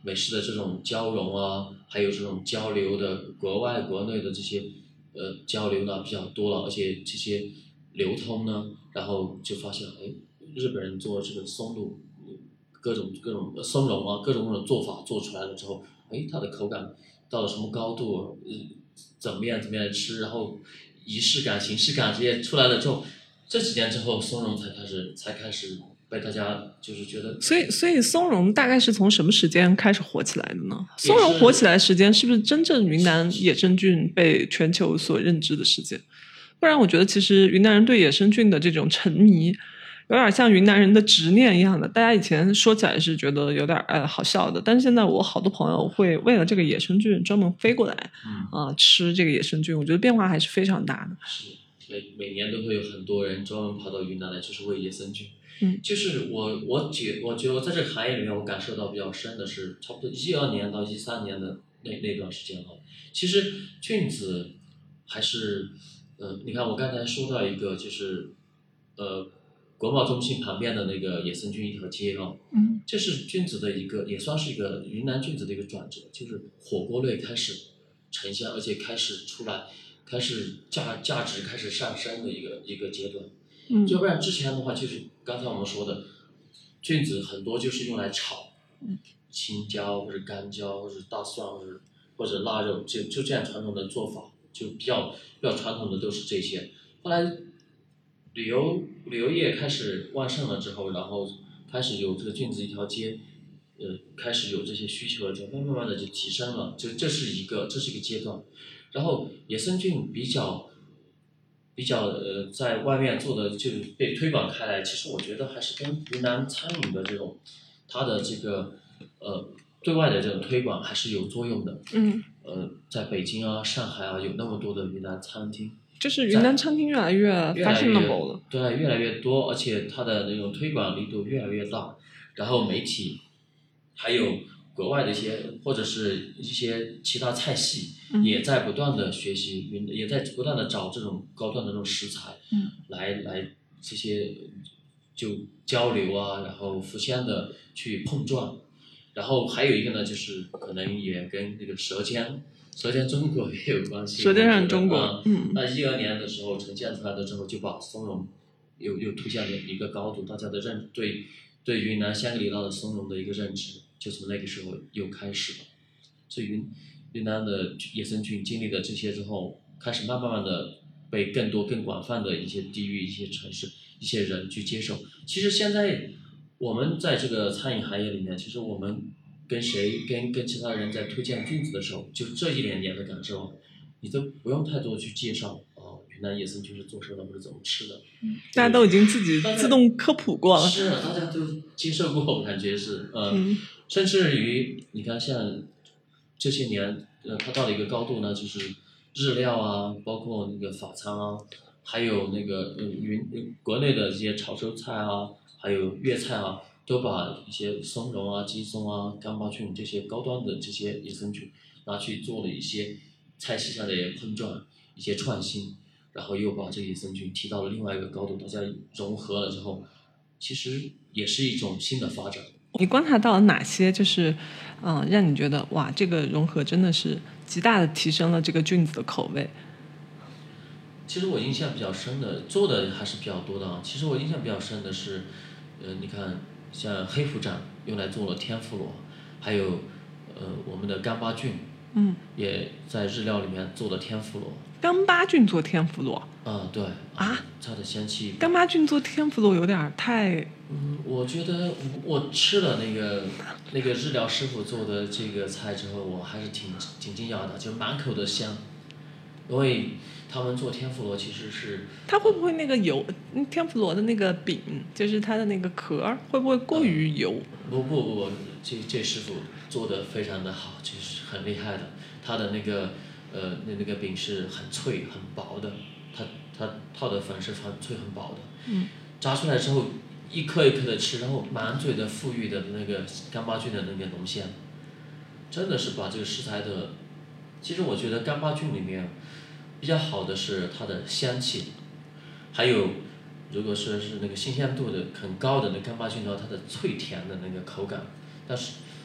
美食的这种交融啊，还有这种交流的国外国内的这些呃交流呢比较多了，而且这些流通呢，然后就发现哎，日本人做这个松露，各种各种松茸啊，各种各种做法做出来了之后，哎，它的口感到了什么高度，呃，怎么样怎么样吃，然后仪式感、形式感这些出来了之后，这几年之后，松茸才开始才开始被大家就是觉得， 所以所以松茸大概是从什么时间开始火起来的呢？松茸火起来的时间是不是真正云南野生菌被全球所认知的时间？不然我觉得其实云南人对野生菌的这种沉迷，有点像云南人的执念一样的。大家以前说起来是觉得有点哎好笑的，但是现在我好多朋友会为了这个野生菌专门飞过来， 嗯啊、呃、吃这个野生菌，我觉得变化还是非常大的。 是每每年都会有很多人专门跑到云南来，就是为野生菌。 嗯， 就是我我觉我觉得我在这个行业里面，我感受到比较深的是，差不多一二年到一三年的那那段时间哈，其实菌子还是呃，你看我刚才说到一个就是呃。国贸中心旁边的那个野生菌一条街啊， 嗯， 这是菌子的一个，也算是一个云南菌子的一个转折，就是火锅类开始呈现，而且开始出来，开始价价值开始上升的一个一个阶段。 嗯， 要不然之前的话，就是刚才我们说的，菌子很多就是用来炒， 嗯， 青椒或者干椒或者大蒜或者或者腊肉，就就这样传统的做法，就比较比较传统的都是这些。后来旅游旅游业开始旺盛了之后，然后开始有这个菌子一条街，呃，开始有这些需求了之后，慢慢慢的就提升了，就这是一个这是一个阶段。然后野生菌比较比较呃，在外面做的就被推广开来，其实我觉得还是跟云南餐饮的这种它的这个呃对外的这种推广还是有作用的。 嗯， 呃，在北京啊、上海啊，有那么多的云南餐厅。 就是云南餐厅越来越 fashionable 了， 对，越来越多，而且它的那种推广力度越来越大，然后媒体还有国外的一些或者是一些其他菜系， 嗯、 也在不断的学习，也在不断的找这种高端的这种食材， 嗯， 来来这些就交流啊，然后互相的去碰撞，然后还有一个呢，就是可能也跟那个舌尖。舌尖中国也有关系， 舌尖上中国，嗯， 那一二年的时候呈现出来的之后，就把松茸又又突现了一个高度，大家的认对对云南香格里拉的松茸的一个认知，就从那个时候又开始了。所以云云南的野生菌经历了这些之后，开始慢慢慢的被更多更广泛的一些地域、一些城市、一些人去接受。其实现在我们在这个餐饮行业里面，其实我们。跟谁跟跟其他人在推荐菌子的时候，就这一两年的感受，你都不用太多去介绍哦，云南野生菌是做成的或者怎么吃的， 嗯，大家都已经自己自动科普过了， 是大家都接受过，我感觉是，呃、 嗯， 甚至于你看像这些年，呃，它到了一个高度呢，就是日料啊，包括那个法餐啊，还有那个呃云国内的一些潮州菜啊，还有粤菜啊。都把一些松茸啊、鸡枞啊、干巴菌这些高端的这些野生菌拿去做了一些菜系上的碰撞、一些创新，然后又把这个野生菌提到了另外一个高度，大家融合了之后，其实也是一种新的发展。 你观察到了哪些就是，嗯、呃，让你觉得哇，这个融合真的是极大的提升了这个菌子的口味？ 其实我印象比较深的，做的还是比较多的啊。其实我印象比较深的是，呃，你看。像黑虎掌用来做了天妇罗，还有呃我们的干巴菌， 嗯， 也在日料里面做了天妇罗。 干巴菌做天妇罗？ 啊，对啊， 它的香气。 干巴菌做天妇罗有点太…… 嗯，我觉得我吃了那个那个日料师傅做的这个菜之后，我还是挺挺惊讶的，就满口的香，因为。他们做天妇罗其实是， 它会不会那个油天妇罗的那个饼，就是它的那个壳，会不会过于油？ 嗯、不不不，这这师傅做的非常的好，就是很厉害的。他的那个呃那那个饼是很脆很薄的，他他泡的粉是很脆很薄的。 嗯。 炸出来之后，一颗一颗的吃，然后满嘴的馥郁的那个干巴菌的那个浓香，真的是把这个食材的，其实我觉得干巴菌里面。比较好的是它的香气，还有如果说是那个新鲜度的很高的那干巴菌的话，它的脆甜的那个口感。但是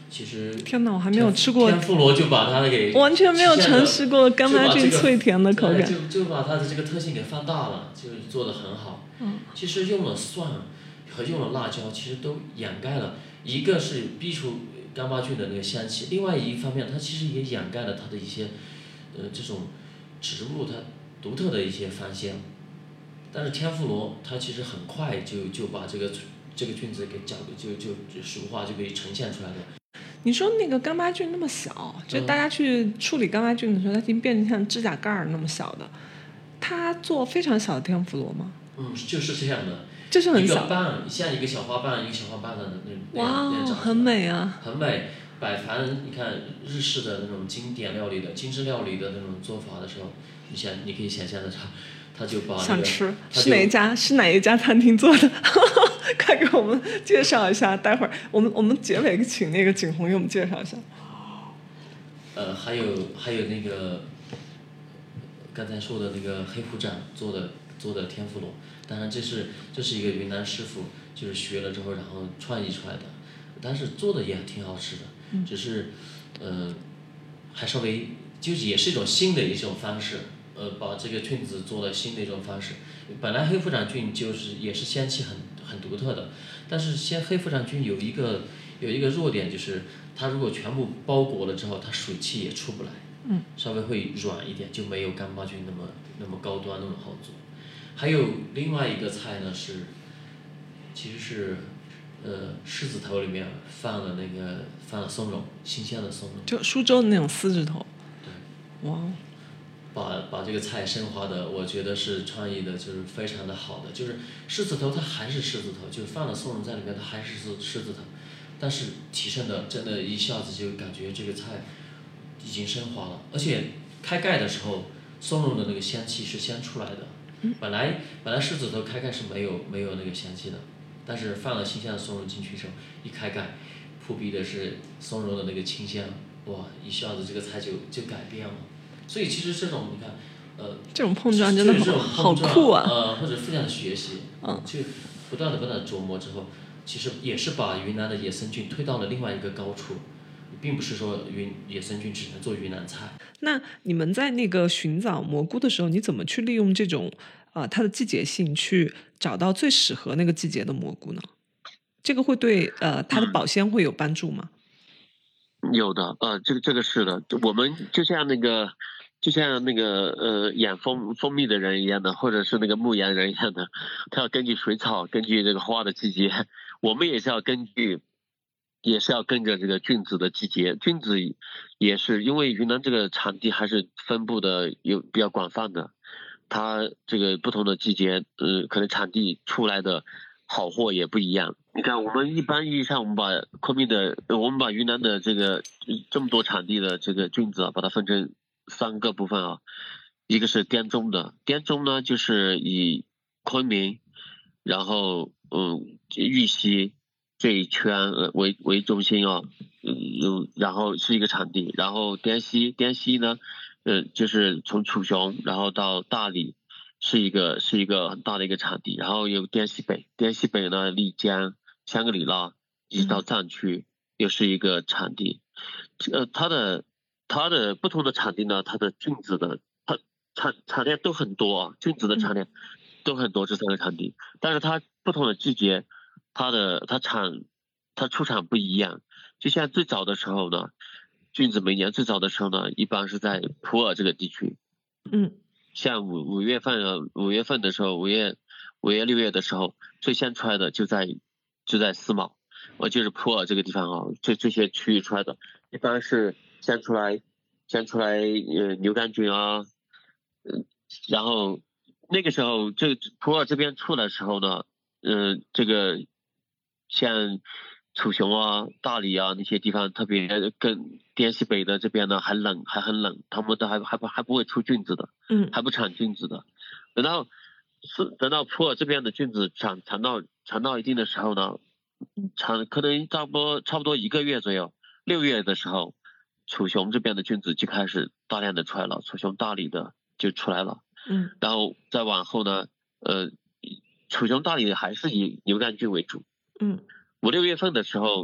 其实天哪，我还没有吃过天妇罗就把它给完全没有尝试过干妈菌脆甜的口感， 就就把它的这个特性给放大了，就做得很好。 嗯， 其实用了蒜和用了辣椒，其实都掩盖了，一个是逼出干妈菌的那个香气，另外一方面它其实也掩盖了它的一些呃这种植物它独特的一些芳香。但是天妇罗它其实很快就就把这个这个菌子给讲就就就熟化，就可以呈现出来了。 你说那个干妈菌那么小，就大家去处理干妈菌的时候，它已经变成像指甲盖儿那么小的，它做非常小的天妇罗吗？ 嗯，就是这样的， 就是很小， 一个瓣像一个小花瓣，一个小花瓣的那哇那样很美啊， 很美。摆盘你看日式的那种经典料理的精致料理的那种做法的时候，你想你可以想象的他他就把、那个、 想吃是哪一家是哪一家餐厅做的？快给我们介绍一下，待会儿我们我们结尾请那个景洪给我们介绍一下。 呃，还有还有那个刚才说的那个黑虎掌做的做的天妇罗，当然这是这是一个云南师傅就是学了之后然后创意出来的，但是做的也挺好吃的，嗯、只是呃还稍微就是也是一种新的一种方式。呃，把这个菌子做了新的一种方式。本来黑虎掌菌就是也是香气很很独特的，但是先黑虎掌菌有一个有一个弱点，就是它如果全部包裹了之后，它水汽也出不来， 嗯， 稍微会软一点，就没有干巴菌那么那么高端那么好做。还有另外一个菜呢是，其实是呃狮子头里面放了那个放了松茸，新鲜的松茸， 就苏州的那种狮子头。 对， 哇。 把把这个菜升华的，我觉得是创意的，就是非常的好的。就是狮子头它还是狮子头，就是放了松茸在里面，它还是狮狮子头，但是提升的真的一下子就感觉这个菜已经升华了。而且开盖的时候，松茸的那个香气是先出来的。本来本来狮子头开盖是没有没有那个香气的，但是放了新鲜的松茸进去之后，一开盖，扑鼻的是松茸的那个清香，哇！一下子这个菜就就改变了。所以其实这种你看，呃， 这种碰撞真的好好酷啊！ 呃，或者非常的学习， 嗯， 就不断的不断的琢磨之后，其实也是把云南的野生菌推到了另外一个高处，并不是说云野生菌只能做云南菜。 那你们在那个寻找蘑菇的时候，你怎么去利用这种呃它的季节性去找到最适合那个季节的蘑菇呢？这个会对呃它的保鲜会有帮助吗？ 有的，呃，这个这个是的，我们就像那个。就像那个呃养蜂蜂蜜的人一样的，或者是那个牧羊人一样的，他要根据水草，根据这个花的季节，我们也是要根据，也是要跟着这个菌子的季节。菌子也是因为云南这个产地还是分布的有比较广泛的，它这个不同的季节，呃，可能产地出来的好货也不一样。你看，我们一般意义上，我们把昆明的，我们把云南的这个这么多产地的这个菌子啊，把它分成三个部分啊，一个是滇中的，滇中呢就是以昆明，然后嗯玉溪这一圈呃为为中心啊，嗯，然后是一个产地，然后滇西滇西呢，呃就是从楚雄然后到大理是一个是一个很大的一个产地，然后有滇西北，滇西北呢丽江、香格里拉一直到藏区又是一个产地，呃它的。它的不同的产地呢，它的菌子的它产产量都很多啊，菌子的产量都很多，这三个产地，但是它不同的季节，它的它产它出产不一样。就像最早的时候呢，菌子每年最早的时候呢，一般是在普洱这个地区， 嗯， 像五五月份啊，五月份的时候，五月五月六月的时候，最先出来的就在就在思茅，我就是普洱这个地方啊，这这些区域出来的，一般是。先出来，先出来，呃，牛肝菌啊，嗯，然后那个时候，这普洱这边出的时候呢，嗯、呃，这个像楚雄啊、大理啊那些地方，特别跟滇西北的这边呢还冷，还很冷，他们都还还不还不会出菌子的， 嗯， 还不产菌子的。等到是等到普洱这边的菌子产产到产到一定的时候呢，产可能差不多差不多一个月左右，六月的时候。楚雄这边的菌子就开始大量的出来了，楚雄大理的就出来了， 嗯， 然后再往后呢，呃，楚雄大理还是以牛肝菌为主， 嗯， 五六月份的时候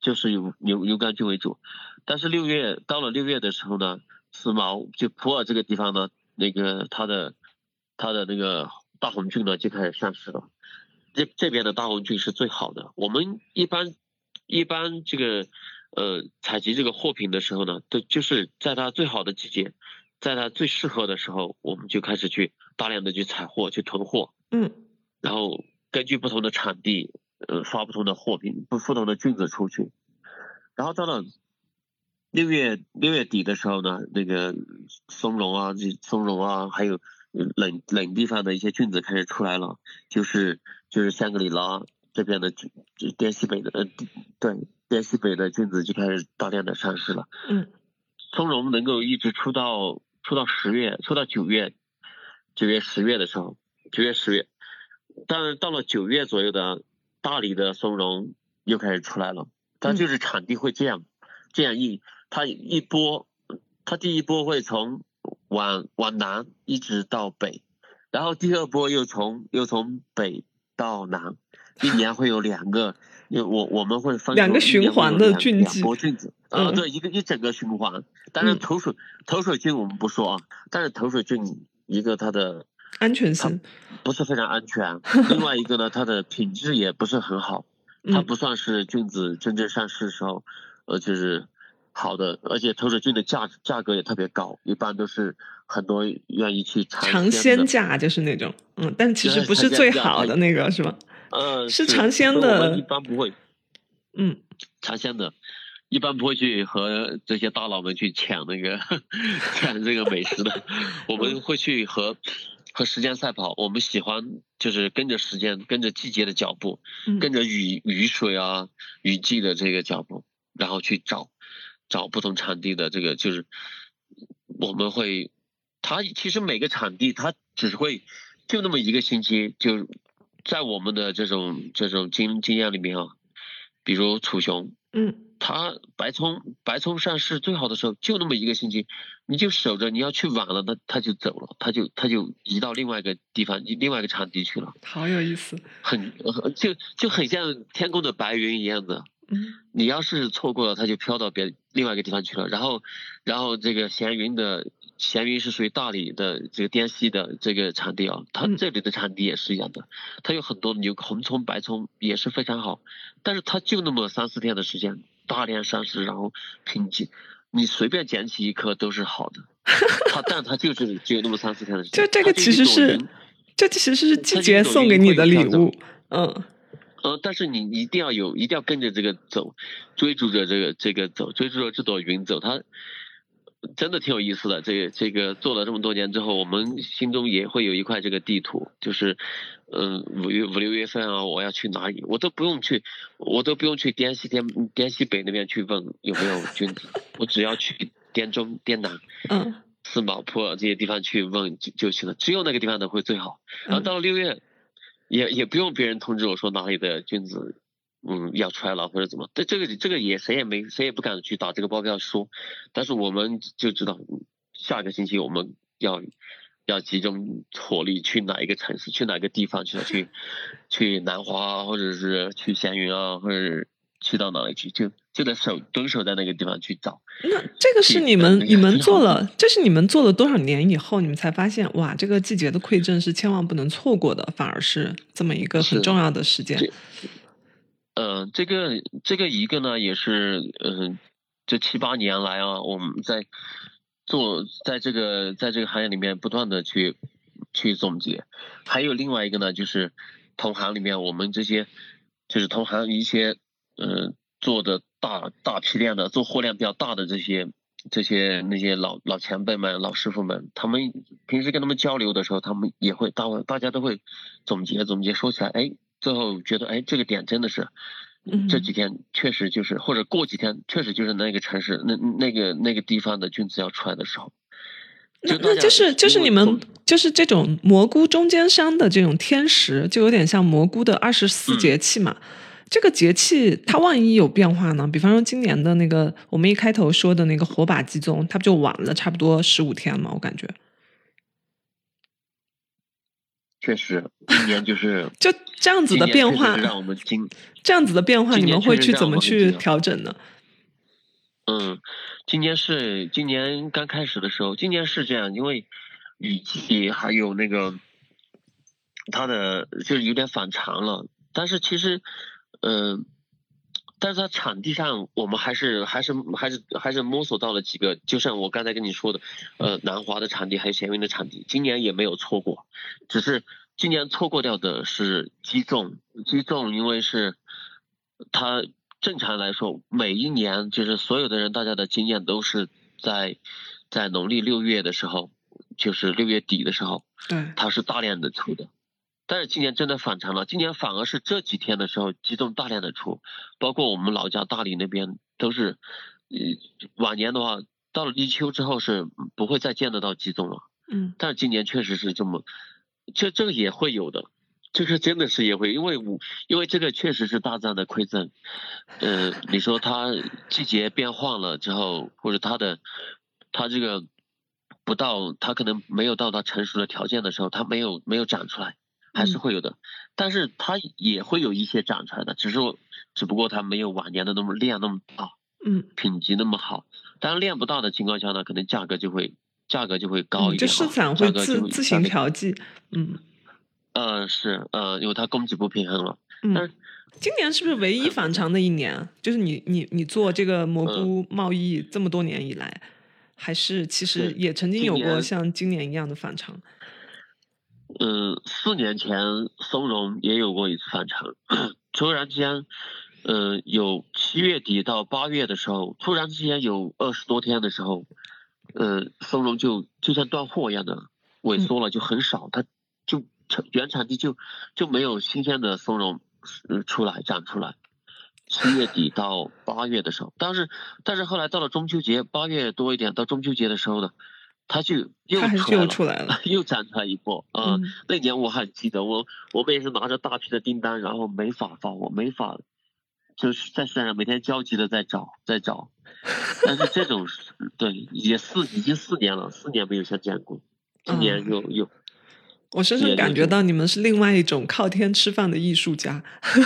就是有牛牛肝菌为主。但是六月到了六月的时候呢，丝毛就普洱这个地方呢，那个它的它的那个大红菌呢就开始上市了。这这边的大红菌是最好的。我们一般一般这个呃采集这个货品的时候呢，都就是在它最好的季节，在它最适合的时候，我们就开始去大量的去采货去囤货。 嗯， 然后根据不同的产地，呃发不同的货品，不不同的菌子出去。然后到了六月六月底的时候呢，那个松茸啊，这松茸啊，还有冷冷地方的一些菌子开始出来了，就是就是香格里拉这边的菌，滇西北的呃对滇西北的菌子就开始大量的上市了。 嗯， 松茸能够一直出到出到十月，出到九月，九月十月的时候，九月十月，但是到了九月左右的大理的松茸又开始出来了。它就是产地会这样、嗯、这样一它一波，它第一波会从往往南一直到北，然后第二波又从又从北到南，一年会有两个，我我们会分两个循环的菌季，两波菌子啊、呃，对，一个一整个循环。当然头水、嗯、头水菌我们不说啊，但是头水菌一个它的安全性不是非常安全，另外一个呢，它的品质也不是很好。它不算是菌子真正上市的时候，呃，就是好的，而且头水菌的价价格也特别高，一般都是很多愿意去尝鲜价，就是那种，嗯，但其实不是最好的那个，是吧？ 呃， 是尝鲜的， 一般不会， 嗯， 尝鲜的，一般不会去和这些大佬们去抢那个抢这个美食的，我们会去和。和时间赛跑，我们喜欢就是跟着时间，跟着季节的脚步， 嗯、 跟着雨雨水啊、雨季的这个脚步，然后去找找不同产地的这个，就是我们会，它其实每个产地它只会就那么一个星期，就在我们的这种这种经经验里面啊，比如楚雄， 嗯。 它白葱白葱上市最好的时候就那么一个星期，你就守着，你要去晚了，它它就走了，它就它就移到另外一个地方，另外一个产地去了。 好有意思， 很就就很像天空的白云一样的。 嗯， 你要是错过了，它就飘到别另外一个地方去了。然后然后这个闲云的闲云是属于大理的这个滇西的这个产地啊，它这里的产地也是一样的，它有很多牛红葱白葱也是非常好，但是它就那么三四天的时间。大量上市，然后品质，你随便捡起一颗都是好的，它但它就是只有那么三四天的时间。 就这个其实是，这其实是季节送给你的礼物，嗯， 呃，但是你一定要有，一定要跟着这个走，追逐着这个这个走，追逐着这朵云走，它真的挺有意思的。这个这个做了这么多年之后，我们心中也会有一块这个地图，就是。嗯，五月五六月份啊，我要去哪里？我都不用去，我都不用去滇西滇滇西北那边去问有没有菌子，我只要去滇中滇南， 嗯， 四毛坡这些地方去问就就行了，只有那个地方的会最好。然后到了六月，嗯、也也不用别人通知我说哪里的菌子，嗯，要出来了或者怎么，这这个这个也谁也没谁也不敢去打这个报告说，但是我们就知道下个星期我们要。要集中火力去哪一个城市，去哪个地方去了？去去南华，或者是去闲云啊，或者去到哪里去？就就得守蹲守在那个地方去找。 那这个是你们你们做了，这是你们做了多少年以后，你们才发现哇，这个季节的馈赠是千万不能错过的，反而是这么一个很重要的时间。 嗯、呃，这个这个一个呢，也是嗯、呃，这七八年来啊，我们在。做在这个在这个行业里面不断的去去总结，还有另外一个呢，就是同行里面我们这些就是同行一些呃做的大大批量的做货量比较大的这些这些那些老老前辈们老师傅们，他们平时跟他们交流的时候，他们也会大大家都会总结总结说起来，哎，最后觉得哎这个点真的是。这几天确实就是，或者过几天确实就是那个城市、那那个那个地方的菌子要出来的时候。 那那就是就是你们就是这种蘑菇中间商的这种天时，就有点像蘑菇的二十四节气嘛。嗯、这个节气它万一有变化呢？比方说今年的那个我们一开头说的那个火把鸡枞，它不就晚了差不多十五天吗？我感觉。 确实，今年就是就这样子的变化， 让我们今这样子的变化，你们会去怎么去调整呢？ 嗯，今年是今年刚开始的时候，今年是这样，因为雨季还有那个它的就是有点反常了，但是其实，嗯、呃。但是它场地上，我们还是还是还是还是摸索到了几个，就像我刚才跟你说的，呃，南华的场地还有咸云的场地，今年也没有错过，只是今年错过掉的是击中，击中因为是它正常来说，每一年就是所有的人大家的经验都是在在农历六月的时候，就是六月底的时候， 对， 它是大量的出的。但是今年真的反常了，今年反而是这几天的时候集中大量的出，包括我们老家大理那边都是，呃，往年的话到了立秋之后是不会再见得到集中了， 嗯， 但是今年确实是这么，这这个也会有的，这个真的是也会，因为我因为这个确实是大自然的馈赠，呃，你说它季节变换了之后，或者它的它这个不到它可能没有到达成熟的条件的时候，它没有没有长出来。还是会有的，但是它也会有一些长出来的，只是只不过它没有往年的那么量那么大， 嗯， 品质那么好。当然量不大的情况下呢，可能价格就会价格就会高一点， 嗯，就市场会自自行调剂，嗯， 呃是呃，因为它供给不平衡了。 嗯， 但是今年是不是唯一反常的一年？就是你你你做这个蘑菇贸易这么多年以来，还是其实也曾经有过像今年一样的反常？ 嗯，四年前松茸也有过一次反常，突然之间，呃，有七月底到八月的时候，突然之间有二十多天的时候，呃，松茸就就像断货一样的萎缩了，就很少，它就原产地就就没有新鲜的松茸呃出来长出来。七月底到八月的时候，但是但是后来到了中秋节，八月多一点，到中秋节的时候呢。它就又出来了， 出来了又长出来一波啊、呃嗯！那年我还记得，我我们也是拿着大批的订单，然后没法发货，没法，就是在市场上每天焦急的在找，在找。但是这种对也四已经四年了，四年没有像这样过，今年又、嗯、又。 我深深感觉到你们是另外一种靠天吃饭的艺术家。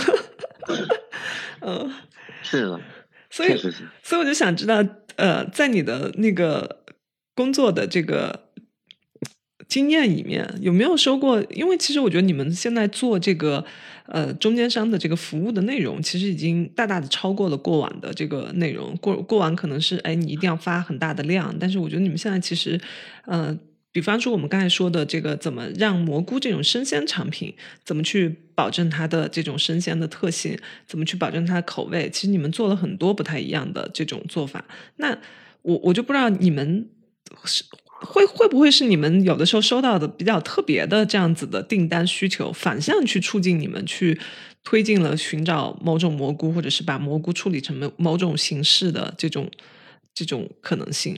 嗯， 是的， 所以所以我就想知道，呃，在你的那个。工作的这个经验里面有没有收过？因为其实我觉得你们现在做这个呃中间商的这个服务的内容，其实已经大大的超过了过往的这个内容。过过往可能是哎你一定要发很大的量，但是我觉得你们现在其实呃，比方说我们刚才说的这个怎么让蘑菇这种生鲜产品，怎么去保证它的这种生鲜的特性，怎么去保证它的口味，其实你们做了很多不太一样的这种做法。那我我就不知道你们。是会会不会是你们有的时候收到的比较特别的这样子的订单需求，反向去促进你们去推进了寻找某种蘑菇，或者是把蘑菇处理成某某种形式的这种这种可能性？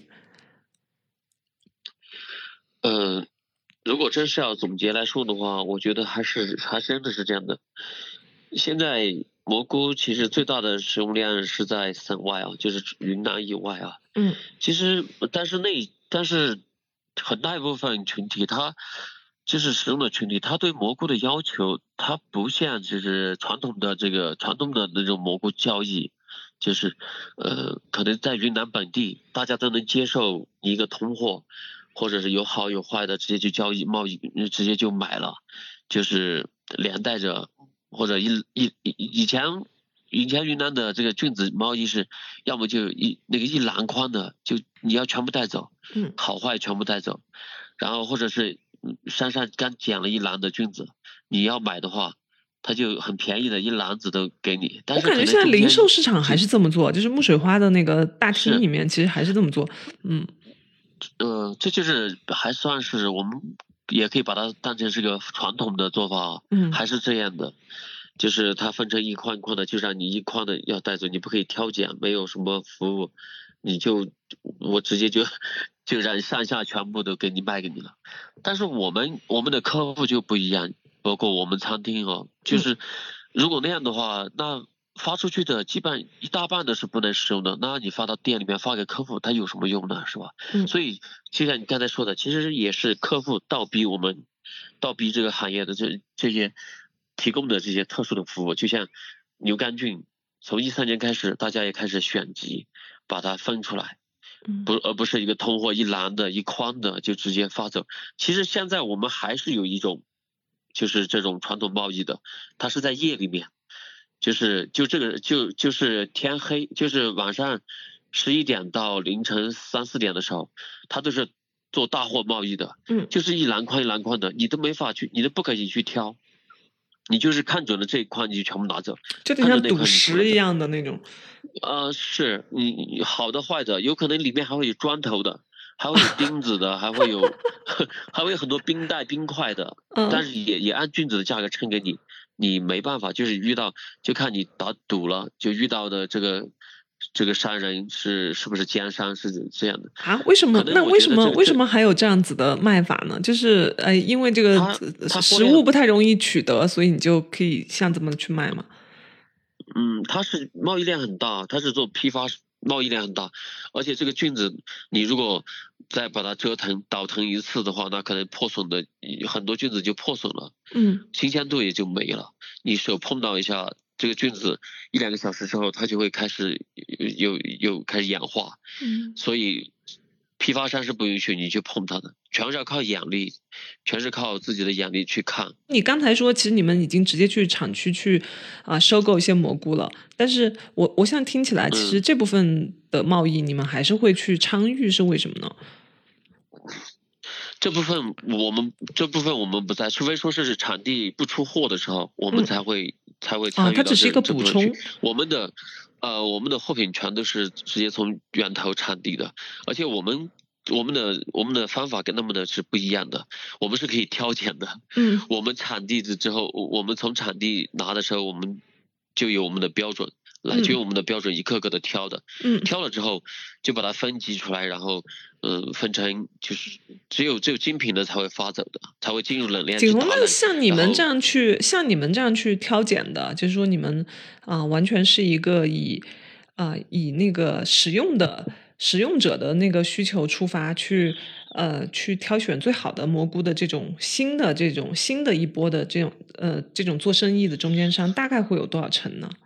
呃，如果真是要总结来说的话，我觉得还是还真的是这样的。现在蘑菇其实最大的使用量是在省外啊，就是云南以外啊。 嗯， 其实但是那但是很大一部分群体，他就是使用的群体，他对蘑菇的要求，他不像就是传统的这个传统的那种蘑菇交易，就是呃，可能在云南本地大家都能接受一个通货，或者是有好有坏的，直接就交易贸易，直接就买了，就是连带着或者一一以前。以前云南的这个菌子贸易是，要么就一那个一篮筐的，就你要全部带走， 嗯， 好坏全部带走，然后或者是山上刚捡了一篮的菌子，你要买的话，他就很便宜的一篮子都给你。但是我感觉现在零售市场还是这么做，就是木水花的那个大厅里面其实还是这么做，嗯， 呃，这就是还算是我们也可以把它当成是个传统的做法， 嗯， 还是这样的。就是它分成一筐一筐的，就让你一筐的要带走，你不可以挑拣，没有什么服务，你就我直接就就让上下全部都给你卖给你了。但是我们我们的客户就不一样，包括我们餐厅哦，就是如果那样的话，那发出去的基本一大半的是不能使用的，那你发到店里面发给客户，它有什么用呢？是吧？ 嗯， 所以就像你刚才说的，其实也是客户倒逼我们倒逼这个行业的这这些提供的这些特殊的服务，就像牛肝菌，从一三年开始，大家也开始选集，把它分出来。不，而不是一个通货一篮的一筐的就直接发走。其实现在我们还是有一种，就是这种传统贸易的，它是在夜里面，就是就这个就就是天黑，就是晚上十一点到凌晨三四点的时候，它都是做大货贸易的， 嗯， 就是一篮筐一篮筐的，你都没法去，你都不可以去挑。你就是看准了这一筐，你就全部拿走， 就得像赌石一样的那种。 呃，是你好的坏的，有可能里面还会有砖头的，还会有钉子的，还会有还会有很多冰袋冰块的， 嗯、 但是也也按菌子的价格称给你，你没办法，就是遇到就看你打赌了，就遇到的这个这个商人是是不是奸商是这样的啊？为什么？那为什么为什么还有这样子的卖法呢？就是呃，因为这个食物不太容易取得，所以你就可以像这么去卖嘛。 嗯，它是贸易量很大，它是做批发，贸易量很大，而且这个菌子你如果再把它折腾倒腾一次的话，那可能破损的很多菌子就破损了， 嗯， 新鲜度也就没了。你手碰到一下这个菌子，一两个小时之后，它就会开始有有开始氧化， 嗯， 所以批发商是不允许你去碰它的，全是要靠眼力，全是靠自己的眼力去看。 你刚才说，其实你们已经直接去厂区去啊、呃、收购一些蘑菇了，但是我我现在听起来，其实这部分的贸易你们还是会去参与，是为什么呢？ 这部分我们这部分我们不在，除非说是产地不出货的时候，我们才会、嗯、才会参与到这、啊、 它只是一个补充。 我们的呃我们的货品全都是直接从源头产地的，而且我们我们的我们的方法跟他们的是不一样的，我们是可以挑拣的。 嗯， 我们产地之后，我们从产地拿的时候，我们就有我们的标准。来就用我们的标准一个个的挑的， 嗯， 挑了之后就把它分级出来，然后嗯、呃、分成就是只有只有精品的才会发走的，才会进入冷链去打冷。 那像你们这样去像你们这样去挑拣的，就是说你们啊、呃、完全是一个以啊、呃、以那个使用的使用者的那个需求出发去呃去挑选最好的蘑菇的这种新的这种新的一波的这种呃这种做生意的中间商，大概会有多少成呢？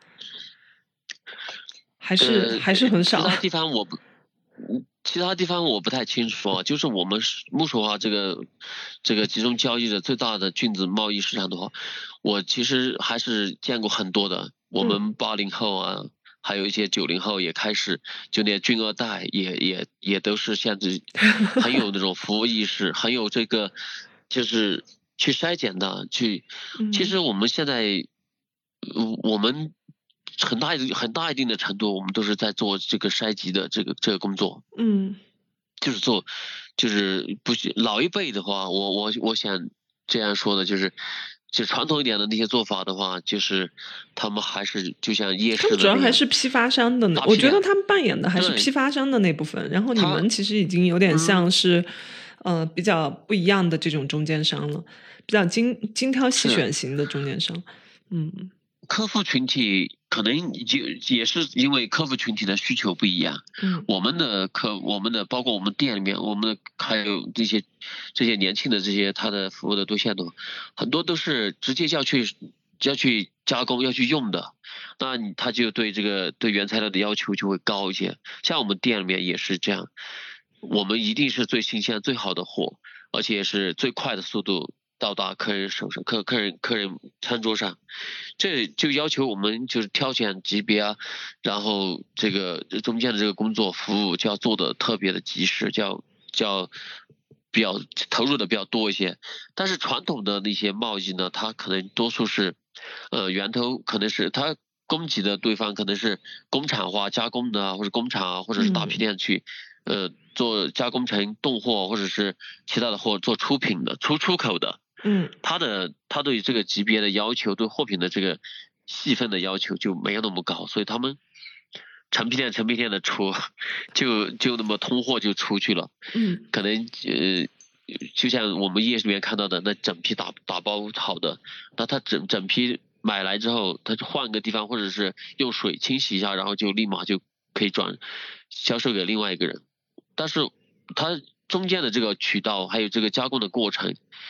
还是、 呃、 还是很少。 其他地方我不，其他地方我不太清楚啊。就是我们木薯花这个这个集中交易的最大的菌子贸易市场的话，我其实还是见过很多的。我们八零后啊，嗯、还有一些九零后也开始，就那菌二代也也也都是现在很有那种服务意识，很有这个就是去筛检的去。其实我们现在，我们。很大一很大一定的程度，我们都是在做这个筛级的这个这个工作。 嗯， 就是做，就是不是老一辈的话，我我我想这样说的，就是就传统一点的那些做法的话，就是他们还是就像夜市的，他们主要还是批发商的呢。我觉得他们扮演的还是批发商的那部分，然后你们其实已经有点像是、嗯、呃比较不一样的这种中间商了，比较精精挑细选型的中间商。嗯。 客户群体可能也也是因为客户群体的需求不一样， 嗯， 我们的客，我们的包括我们店里面，我们的还有这些这些年轻的这些他的服务的对象的，很多都是直接要去要去加工要去用的，那你他就对这个对原材料的要求就会高一些。像我们店里面也是这样，我们一定是最新鲜最好的货，而且是最快的速度到达客人手上，客客人客人餐桌上，这就要求我们就是挑选级别啊，然后这个中间的这个工作服务就要做的特别的及时，叫叫比较投入的比较多一些。但是传统的那些贸易呢，它可能多数是，呃，源头可能是它供给的对方可能是工厂化加工的啊，或者工厂啊，或者是大批量去。嗯、呃，做加工成冻货或者是其他的货做出品的出出口的。 嗯， 他的他对这个级别的要求，对货品的这个细分的要求就没有那么高，所以他们成批量成批量的出，就就那么通货就出去了。 嗯， 可能呃，就像我们夜市里面看到的那整批打打包好的，那他整整批买来之后，他就换个地方或者是用水清洗一下，然后就立马就可以转销售给另外一个人。但是它中间的这个渠道还有这个加工的过程。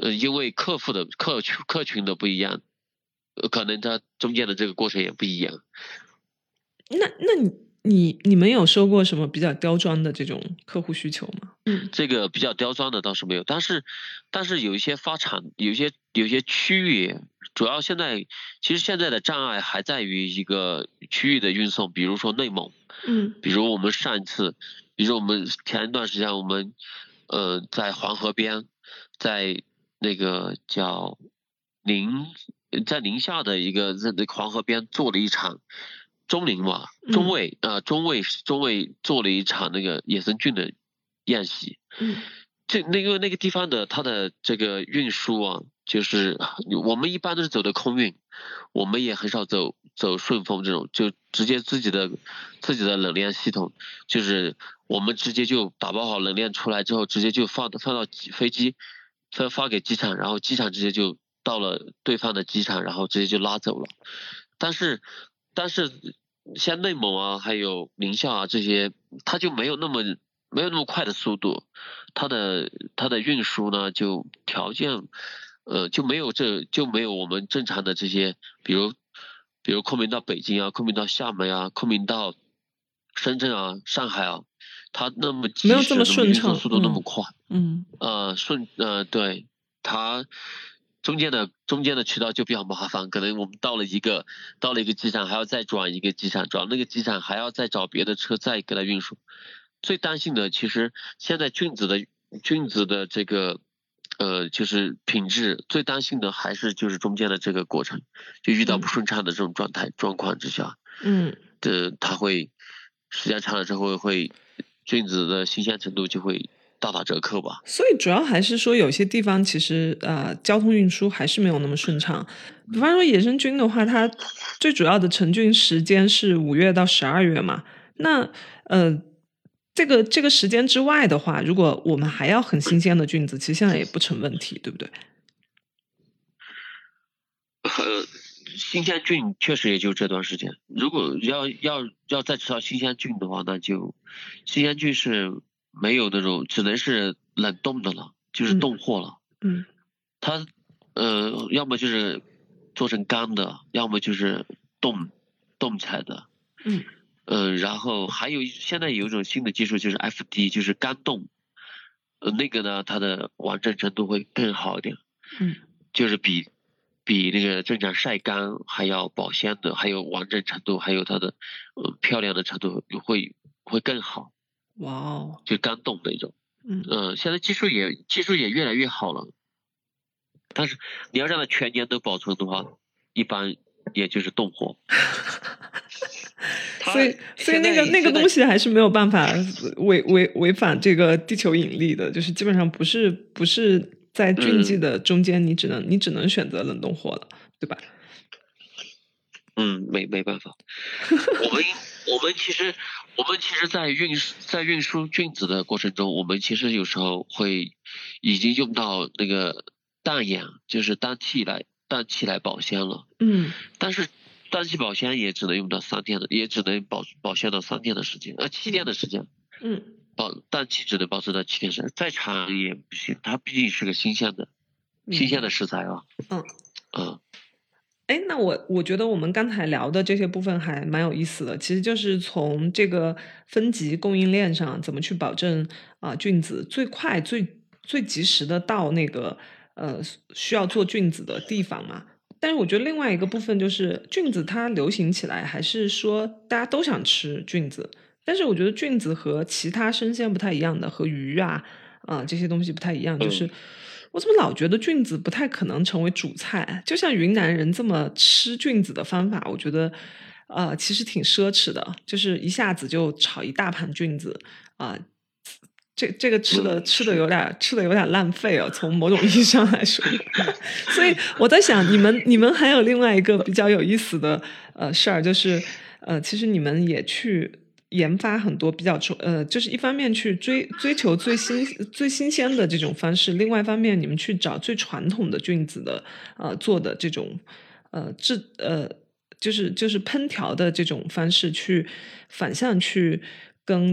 呃，因为客户的客群客群的不一样，呃，可能它中间的这个过程也不一样。 那那你你你们有收过什么比较刁钻的这种客户需求吗？嗯， 这个比较刁钻的倒是没有，但是但是有一些发产，有一些有一些区域，主要现在其实现在的障碍还在于一个区域的运送，比如说内蒙， 嗯， 比如我们上一次，比如我们前一段时间我们呃在黄河边，在那个叫宁在宁夏的一个在那个黄河边做了一场。中宁嘛，中卫、嗯、呃中卫中卫做了一场那个野生菌的宴席。 嗯， 这那个那个地方的它的这个运输啊，就是我们一般都是走的空运，我们也很少走走顺丰这种，就直接自己的自己的冷链系统，就是我们直接就打包好冷链出来之后，直接就放放到飞机发发给机场，然后机场直接就到了对方的机场，然后直接就拉走了。但是但是像内蒙啊，还有宁夏啊这些，它就没有那么没有那么快的速度，它的它的运输呢就条件，呃就没有这就没有我们正常的这些，比如比如昆明到北京啊，昆明到厦门啊，昆明到深圳啊，上海啊，它那么及时， 没有这么顺畅， 运输速度那么快， 嗯， 呃顺呃对它。中间的中间的渠道就比较麻烦，可能我们到了一个到了一个机场，还要再转一个机场，转那个机场还要再找别的车再给它运输。最担心的其实现在菌子的菌子的这个呃就是品质，最担心的还是就是中间的这个过程，就遇到不顺畅的这种状态、嗯、状况之下， 嗯， 的它会时间长了之后会菌子的新鲜程度就会大打折扣吧。 所以主要还是说有些地方其实呃交通运输还是没有那么顺畅。比方说野生菌的话，它最主要的成菌时间是五月到十二月嘛。那呃这个这个时间之外的话，如果我们还要很新鲜的菌子，其实现在也不成问题，对不对？ 呃，新鲜菌确实也就这段时间。如果要要要再吃到新鲜菌的话，那就新鲜菌是没有那种，只能是冷冻的了，就是冻货了。 嗯， 它呃，要么就是做成干的，要么就是冻冻起来的。 嗯， 呃，然后还有现在有一种新的技术，就是 F D， 就是干冻。呃，那个呢，它的完整程度会更好一点。 嗯， 就是比比那个正常晒干还要保鲜的，还有完整程度，还有它的呃漂亮的程度会会更好。 哇哦， 就干冻那种。 嗯呃，现在技术也技术也越来越好了，但是你要让它全年都保存的话，一般也就是冻货。 所以所以那个那个东西还是没有办法违违违反这个地球引力的，就是基本上不是不是在菌季的中间，你只能、嗯、你只能选择冷冻货了，对吧？ 嗯，没没办法。我们我们其实我们其实在运在运输菌子的过程中，我们其实有时候会已经用到那个氮氧，就是氮气来氮气来保鲜了。 嗯， 但是氮气保鲜也只能用到三天的，也只能保保鲜到三天的时间，呃，七天的时间。 嗯， 保氮气只能保持到七天时间，再长也不行，它毕竟是个新鲜的、新鲜的食材啊。 嗯嗯。 哎，那我我觉得我们刚才聊的这些部分还蛮有意思的，其实就是从这个分级供应链上怎么去保证啊、呃、菌子最快、最最及时的到那个呃需要做菌子的地方嘛。但是我觉得另外一个部分就是菌子它流行起来，还是说大家都想吃菌子，但是我觉得菌子和其他生鲜不太一样的，和鱼啊啊、呃、这些东西不太一样，就是。嗯我怎么老觉得菌子不太可能成为主菜？就像云南人这么吃菌子的方法，我觉得，呃，其实挺奢侈的，就是一下子就炒一大盘菌子啊、呃，这这个吃的吃的有点吃的有点浪费哦，从某种意义上来说。所以我在想，你们你们还有另外一个比较有意思的呃事儿，就是呃，其实你们也去。研发很多比较呃，就是一方面去追追求最新最新鲜的这种方式，另外一方面你们去找最传统的菌子的呃做的这种呃制呃就是就是烹调的这种方式去反向去跟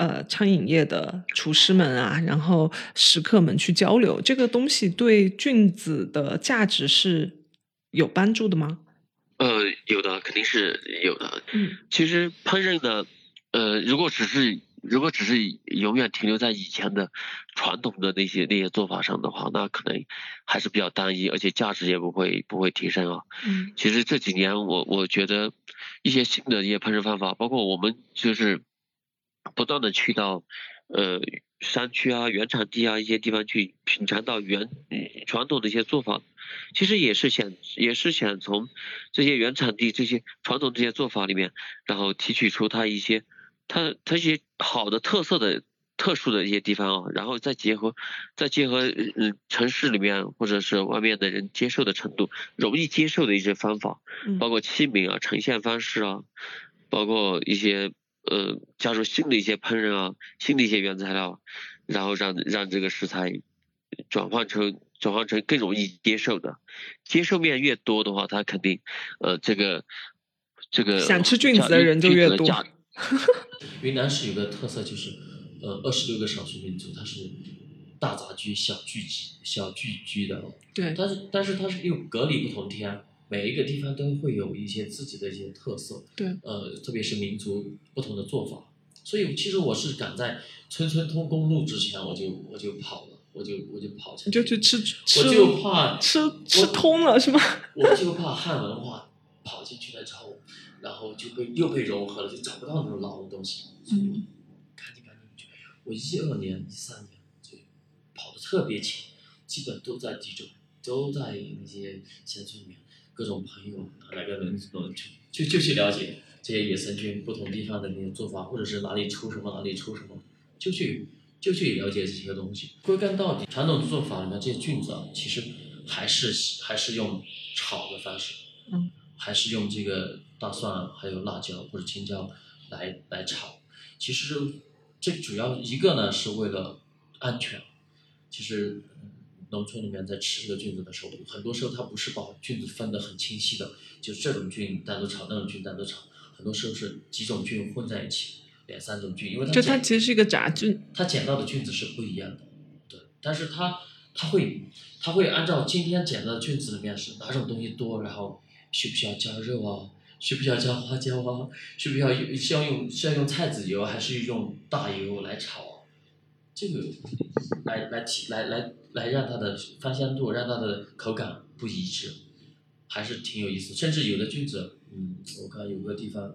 呃餐饮业的厨师们啊，然后食客们去交流，这个东西对菌子的价值是有帮助的吗？ 呃，有的，肯定是有的。 嗯， 其实烹饪呢，呃，如果只是如果只是永远停留在以前的传统的那些那些做法上的话，那可能还是比较单一，而且价值也不会不会提升啊。 嗯， 其实这几年我我觉得一些新的一些烹饪方法，包括我们就是不断的去到呃山区啊、原产地啊一些地方去品尝到原嗯传统的一些做法，其实也是想也是想从这些原产地这些传统这些做法里面，然后提取出它一些它它一些好的特色的特殊的一些地方啊，然后再结合再结合嗯城市里面或者是外面的人接受的程度，容易接受的一些方法， 嗯包括器皿啊、呈现方式啊，包括一些呃加入新的一些烹饪啊、新的一些原材料，然后让让这个食材转换成转换成更容易接受的，接受面越多的话，它肯定呃这个这个想吃菌子的人就越多。 云南是有个特色，就是呃二十六个少数民族，它是大杂居、小聚集、小聚居的。 对， 但是但是它是又隔离不同天，每一个地方都会有一些自己的一些特色。 对， 呃，特别是民族不同的做法。所以其实我是赶在村村通公路之前，我就我就跑了，我就我就跑下去， 你就去吃吃， 我就怕吃吃通了是吗？ 我就怕汉文化跑进去了之后，然后就被又被融合了，就找不到那种老的东西。 嗯， 赶紧赶紧去！我一二年、一三年就跑得特别勤，基本都在地州，都在那些乡村里面，各种朋友哪个人能去就就去了解这些野生菌不同地方的那些做法，或者是哪里出什么哪里出什么，就去就去了解这些东西。归根到底，传统做法里面这些菌子啊，其实还是还是用炒的方式， 嗯， 还是用这个大蒜还有辣椒或者青椒来来炒。其实这主要一个呢是为了安全。其实农村里面在吃这个菌子的时候，很多时候它不是把菌子分得很清晰的，就这种菌单独炒，那种菌单独炒，很多时候是几种菌混在一起，两三种菌，因为它就它其实是一个杂菌， 它捡到的菌子是不一样的，对，但是它它会它会按照今天捡到的菌子里面是哪种东西多，然后需不需要加肉啊，需不需要加花椒啊，需不需要是要用是要用菜籽油还是用大油来炒啊？这个来来提来来来让它的芳香度，让它的口感不一致，还是挺有意思。甚至有的菌子，嗯，我看有个地方，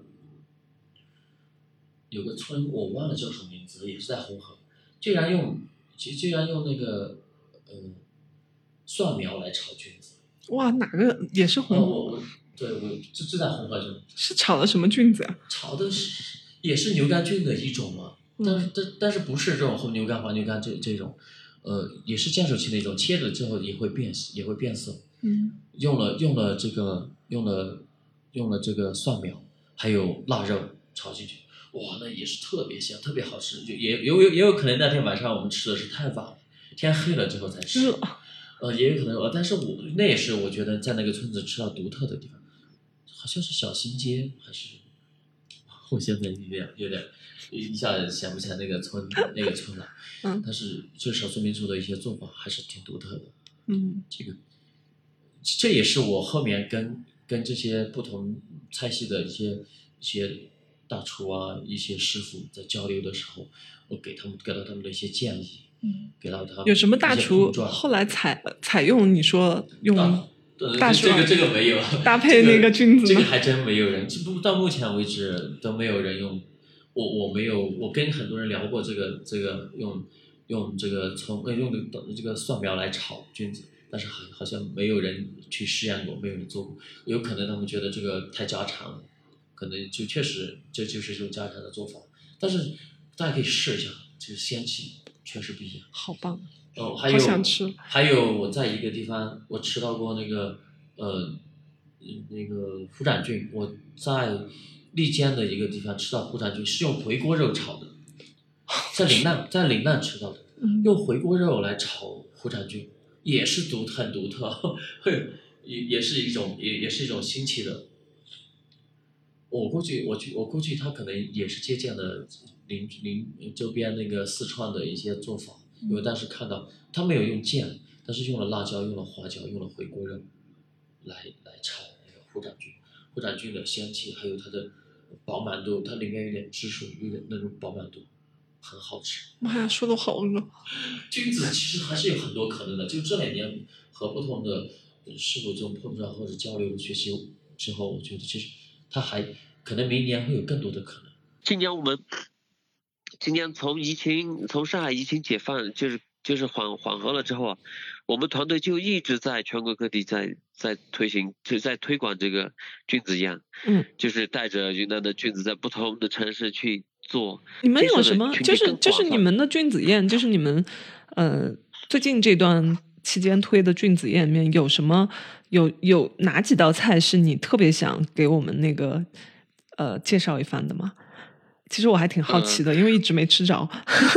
有个村我忘了叫什么名字，也是在红河，居然用其实居然用那个呃蒜苗来炒菌子。 哇，哪个也是红？ 呃、我我对我这这在红河中是炒的什么菌子呀？ 炒的是也是牛肝菌的一种嘛。但是但但是不是这种红牛肝、黄牛肝这这种，呃，也是见手期的一种，切了之后也会变也会变色。 嗯， 用了用了这个用了用了这个蒜苗，还有腊肉炒进去，哇，那也是特别香，特别好吃。就也有有也有可能那天晚上我们吃的是太晚了，天黑了之后才吃。呃，也有可能，呃，但是我那也是我觉得在那个村子吃到独特的地方，好像是小新街还是，我现在有点有点。一下子想不起来那个村那个村了， 嗯， 但是这少数民族的一些做法还是挺独特的， 嗯， 这个这也是我后面跟跟这些不同菜系的一些一些大厨啊一些师傅在交流的时候，我给他们给到他们的一些建议， 嗯， 给到他们有什么大厨后来采采用你说用大这个这个没有搭配那个菌子这个，这个还真没有人，不到目前为止都没有人用。我我没有，我跟很多人聊过这个这个用用这个从呃用的这个蒜苗来炒菌子，但是好好像没有人去试验过，没有人做过，有可能他们觉得这个太家常了，可能就确实这就是一种家常的做法，但是大家可以试一下，这个鲜气确实不一样。 好棒！ 哦，还有好想吃。 还有我在一个地方我吃到过那个呃那个虎胆菌，我在丽江的一个地方吃到虎胆菌是用回锅肉炒的，在岭南在岭南吃到的，用回锅肉来炒虎胆菌也是独很独特，也也是一种也也是一种新奇的我估计，我我估计他可能也是借鉴了邻邻周边那个四川的一些做法，因为当时看到他没有用剑，但是用了辣椒，用了花椒，用了回锅肉来来炒那个虎掌菌，虎掌菌的香气还有它的饱满度，它里面有点汁水，有点那种饱满度，很好吃。 妈呀，说的好饿。 菌子其实还是有很多可能的，就这两年和不同的师傅这种碰撞或者交流学习之后，我觉得其实它还可能明年会有更多的可能。 今年我们今年从疫情从上海疫情解放，就是就是缓缓和了之后啊，我们团队就一直在全国各地在在推行，就在推广这个菌子宴， 嗯， 就是带着云南的菌子在不同的城市去做。 你们有什么？就是就是你们们的菌子宴，就是你们呃最近这段期间推的菌子宴里面有什么？有有哪几道菜是你特别想给我们那个呃介绍一番的吗？其实我还挺好奇的，呃、因为一直没吃着。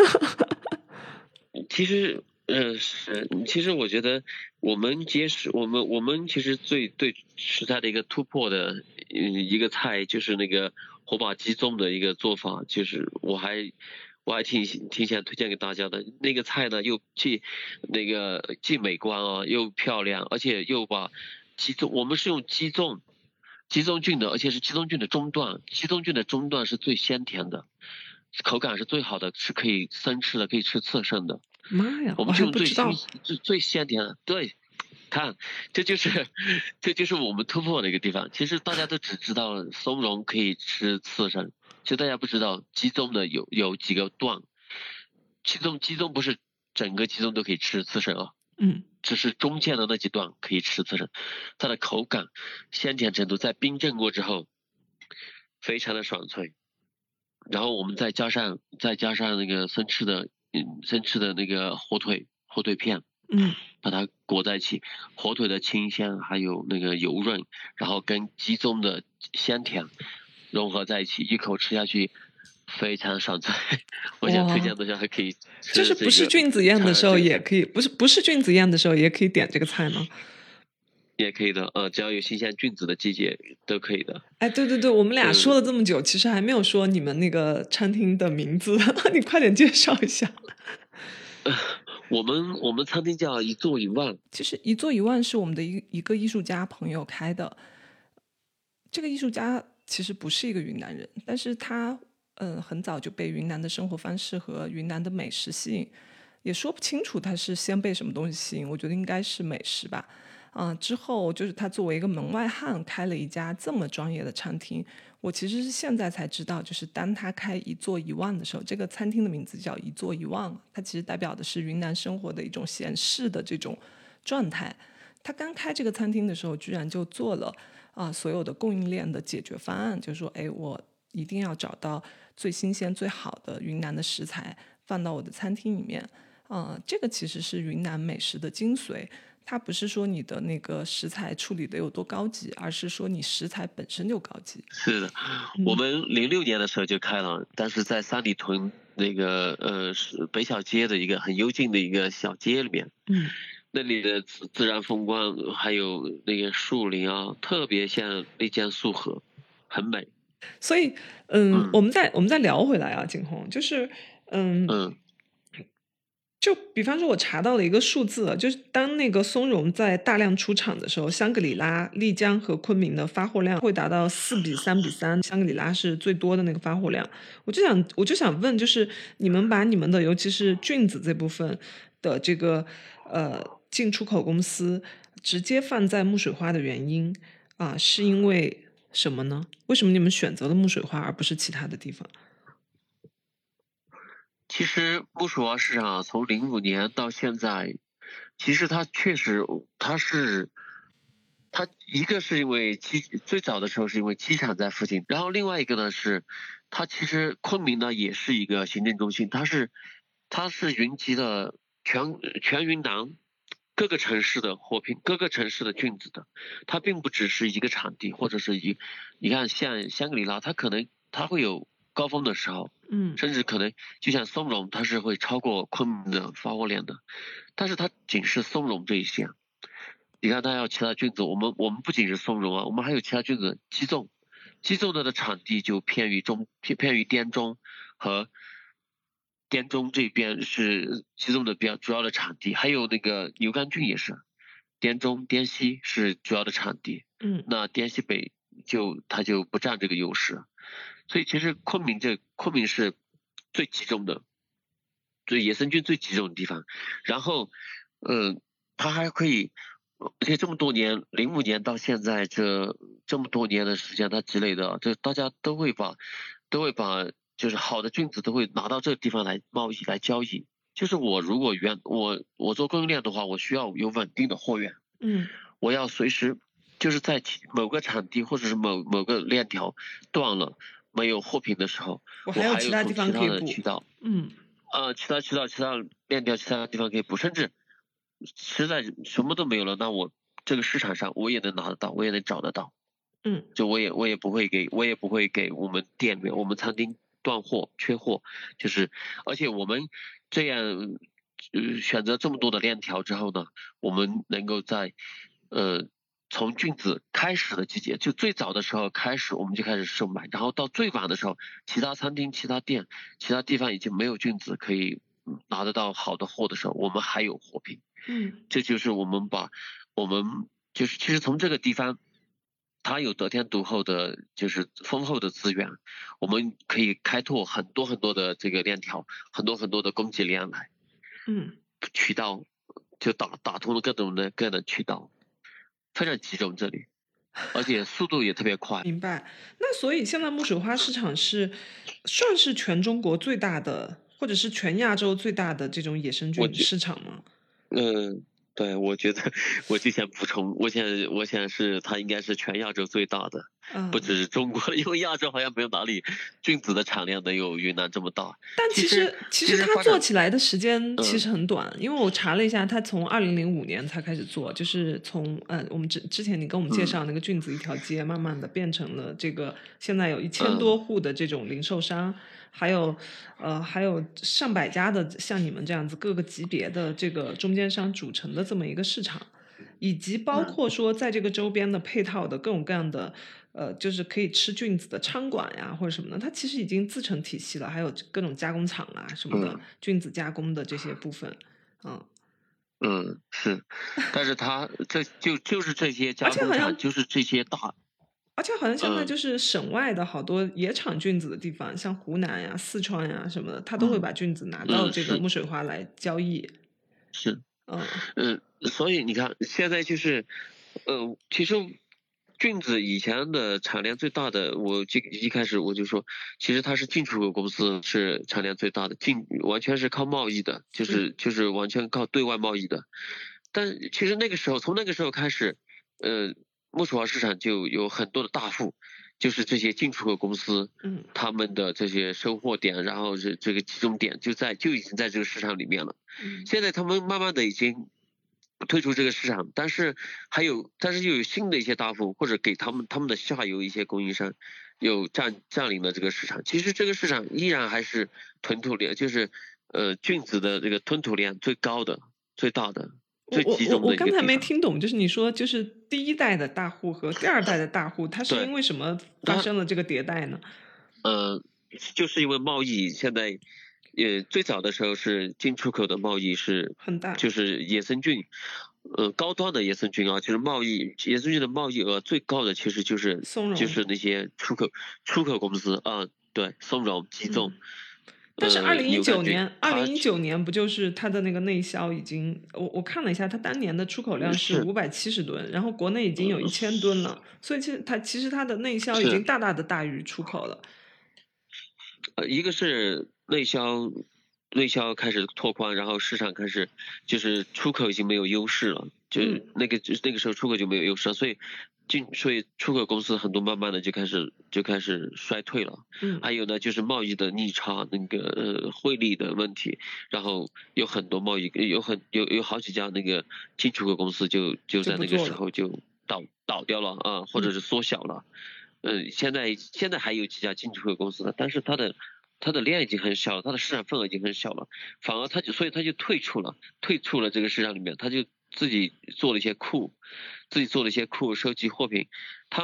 其实，呃，是，其实我觉得我们揭示我们我们其实最对食材的一个突破的，嗯，一个菜就是那个火把鸡枞的一个做法，就是我还我还挺挺想推荐给大家的。那个菜呢，又既那个既美观啊，又漂亮，而且又把鸡枞，我们是用鸡枞。鸡枞菌的，而且是鸡枞菌的中段，鸡枞菌的中段是最鲜甜的，口感是最好的，是可以生吃的，可以吃刺身的。 妈呀， 我们就用最新最最鲜甜的，对，看，这就是这就是我们突破的一个地方。其实大家都只知道松茸可以吃刺身，其实大家不知道鸡枞的有有几个段，鸡枞鸡枞不是整个鸡枞都可以吃刺身啊。 嗯， 只是中间的那几段可以吃刺身，它的口感、鲜甜程度在冰镇过之后，非常的爽脆。然后我们再加上再加上那个生吃的，嗯，生吃的那个火腿火腿片， 嗯， 把它裹在一起，火腿的清香还有那个油润，然后跟鸡枞的鲜甜融合在一起，一口吃下去。非常爽脆，我想推荐大家还可以吃、这个。 就是不是菌子宴的时候也可以，不是不是菌子宴的时候也可以点这个菜吗？ 也可以的，呃，只要有新鲜菌子的季节都可以的。 哎，对对对，我们俩说了这么久，嗯、其实还没有说你们那个餐厅的名字，你快点介绍一下。 呃、我们我们餐厅叫一座一万， 其实一座一万是我们的一一个艺术家朋友开的，这个艺术家其实不是一个云南人，但是他。嗯，很早就被云南的生活方式和云南的美食吸引，也说不清楚他是先被什么东西吸引，我觉得应该是美食吧。嗯，之后就是他作为一个门外汉开了一家这么专业的餐厅，我其实是现在才知道，就是当他开一座一万的时候，这个餐厅的名字叫一座一万，它其实代表的是云南生活的一种闲适的这种状态。他刚开这个餐厅的时候，居然就做了啊、呃、所有的供应链的解决方案，就是说，哎，我一定要找到最新鲜最好的云南的食材放到我的餐厅里面，呃，这个其实是云南美食的精髓。它不是说你的那个食材处理的有多高级，而是说你食材本身就高级。 是的，嗯、我们零六年的时候就开了，但是在三里屯那个呃北小街的一个很幽静的一个小街里面， 嗯， 那里的自然风光还有那个树林啊，特别像丽江束河，很美。 所以，嗯，嗯我们再我们再聊回来啊，景洪，就是，嗯， 嗯， 就比方说，我查到了一个数字，就是当那个松茸在大量出厂的时候，香格里拉、丽江和昆明的发货量会达到四比三比三，香格里拉是最多的那个发货量。我就想，我就想问，就是你们把你们的，尤其是菌子这部分的这个呃进出口公司直接放在木水花的原因啊，是因为什么呢？为什么你们选择了木水花而不是其他的地方？ 其实木水花市场从零五年到现在，其实它确实它是，它一个是因为机最早的时候是因为机场在附近，然后另外一个呢是，它其实昆明呢也是一个行政中心，它是它是云集了全全云南各个城市的货品，各个城市的菌子的，它并不只是一个产地或者是一，你看像香格里拉，它可能它会有高峰的时候。 嗯， 甚至可能就像松茸，它是会超过昆明的发货量的，但是它仅是松茸这一项。你看它还有其他菌子，我们我们不仅是松茸啊，我们还有其他菌子，鸡枞， 集中的的产地就偏于中偏偏于滇中和滇中这边是集中的比较主要的产地，还有那个牛肝菌也是，滇中滇西是主要的产地， 嗯， 那滇西北就它就不占这个优势，所以其实昆明这昆明是最集中的，最野生菌最集中的地方，然后，呃，它还可以。而且这么多年，零五年到现在这这么多年的时间，它积累的，就大家都会把都会把就是好的菌子都会拿到这个地方来贸易来交易。就是我如果原我我做供应链的话，我需要有稳定的货源， 嗯， 我要随时就是在某个产地或者是某某个链条断了没有货品的时候，我还有其他地从其他方可以补的渠道， 嗯， 呃，其他渠道其他链条其他地方可以补，甚至。实在什么都没有了，那我这个市场上我也能拿得到，我也能找得到。 嗯， 就我也我也不会给我也不会给我们店里面我们餐厅断货缺货，就是而且我们这样呃选择这么多的链条之后呢，我们能够在呃从菌子开始的季节，就最早的时候开始我们就开始售卖，然后到最晚的时候，其他餐厅、其他店、其他地方已经没有菌子可以拿得到好的货的时候，我们还有货品。 嗯， 这就是我们把我们就是其实从这个地方，它有得天独厚的，就是丰厚的资源，我们可以开拓很多很多的这个链条，很多很多的供给链来， 嗯， 渠道就打打通了各种的各样的渠道，非常集中这里，而且速度也特别快。 明白。那所以现在木水花市场是算是全中国最大的，或者是全亚洲最大的这种野生菌市场吗？ 嗯，对，我觉得我就想补充，我想我想是它应该是全亚洲最大的， 嗯， 不只是中国，因为亚洲好像没有哪里菌子的产量能有云南这么大。 但其实其实它做起来的时间其实很短， 嗯、 因为我查了一下，它从二零零五年才开始做，就是从呃我们之之前你跟我们介绍那个菌子一条街，慢慢的变成了这个现在有一千多户的这种零售商。嗯还有，呃，还有上百家的像你们这样子各个级别的这个中间商组成的这么一个市场，以及包括说在这个周边的配套的各种各样的，呃，就是可以吃菌子的餐馆呀或者什么的，它其实已经自成体系了，还有各种加工厂啊什么的，嗯、菌子加工的这些部分，嗯。 嗯，是，但是它这就就是这些加工厂，就是这些大。 而且好像现在就是省外的好多也产菌子的地方，嗯、像湖南呀、四川呀什么的，他都会把菌子拿到这个木水花来交易。 是， 嗯嗯，所以你看，现在就是，呃，其实菌子以前的产量最大的，我这一开始我就说，其实它是进出口公司是产量最大的，进完全是靠贸易的，就是就是完全靠对外贸易的。但其实那个时候，从那个时候开始，呃。木水花市场就有很多的大户，就是这些进出口公司， 嗯， 他们的这些收货点，然后是这个集中点就在就已经在这个市场里面了。 嗯， 现在他们慢慢的已经退出这个市场，但是还有，但是又有新的一些大户或者给他们他们的下游一些供应商，又占占领了这个市场。其实这个市场依然还是吞吐量，就是呃菌子的这个吞吐量最高的、最大的。最集中的我我我刚才没听懂，就是你说就是第一代的大户和第二代的大户，它是因为什么发生了这个迭代呢？ 呃，就是因为贸易现在，呃，最早的时候是进出口的贸易是很大， 就是野生菌，呃，高端的野生菌啊，就是贸易野生菌的贸易额最高的其实就是就是那些出口出口公司啊、呃，对，松茸、集中。嗯但是二零一九年，二零一九年不就是它的那个内销已经，我我看了一下，它当年的出口量是五百七十吨，然后国内已经有一千吨了，所以其实它其实它的内销已经大大的大于出口了。 呃，一个是内销，内销开始拓宽，然后市场开始就是出口已经没有优势了，就那个、嗯、那个时候出口就没有优势了，所以。进所以出口公司很多慢慢的就开始就开始衰退了， 嗯， 还有呢就是贸易的逆差那个呃汇率的问题，然后有很多贸易有很有有好几家那个进出口公司就就在那个时候就倒倒掉了啊，或者是缩小了，嗯、呃，现在现在还有几家进出口公司的，但是它的它的量已经很小了，它的市场份额已经很小了，反而它就所以它就退出了退出了这个市场里面，它就自己做了一些库。自己做了一些库收集货品，他们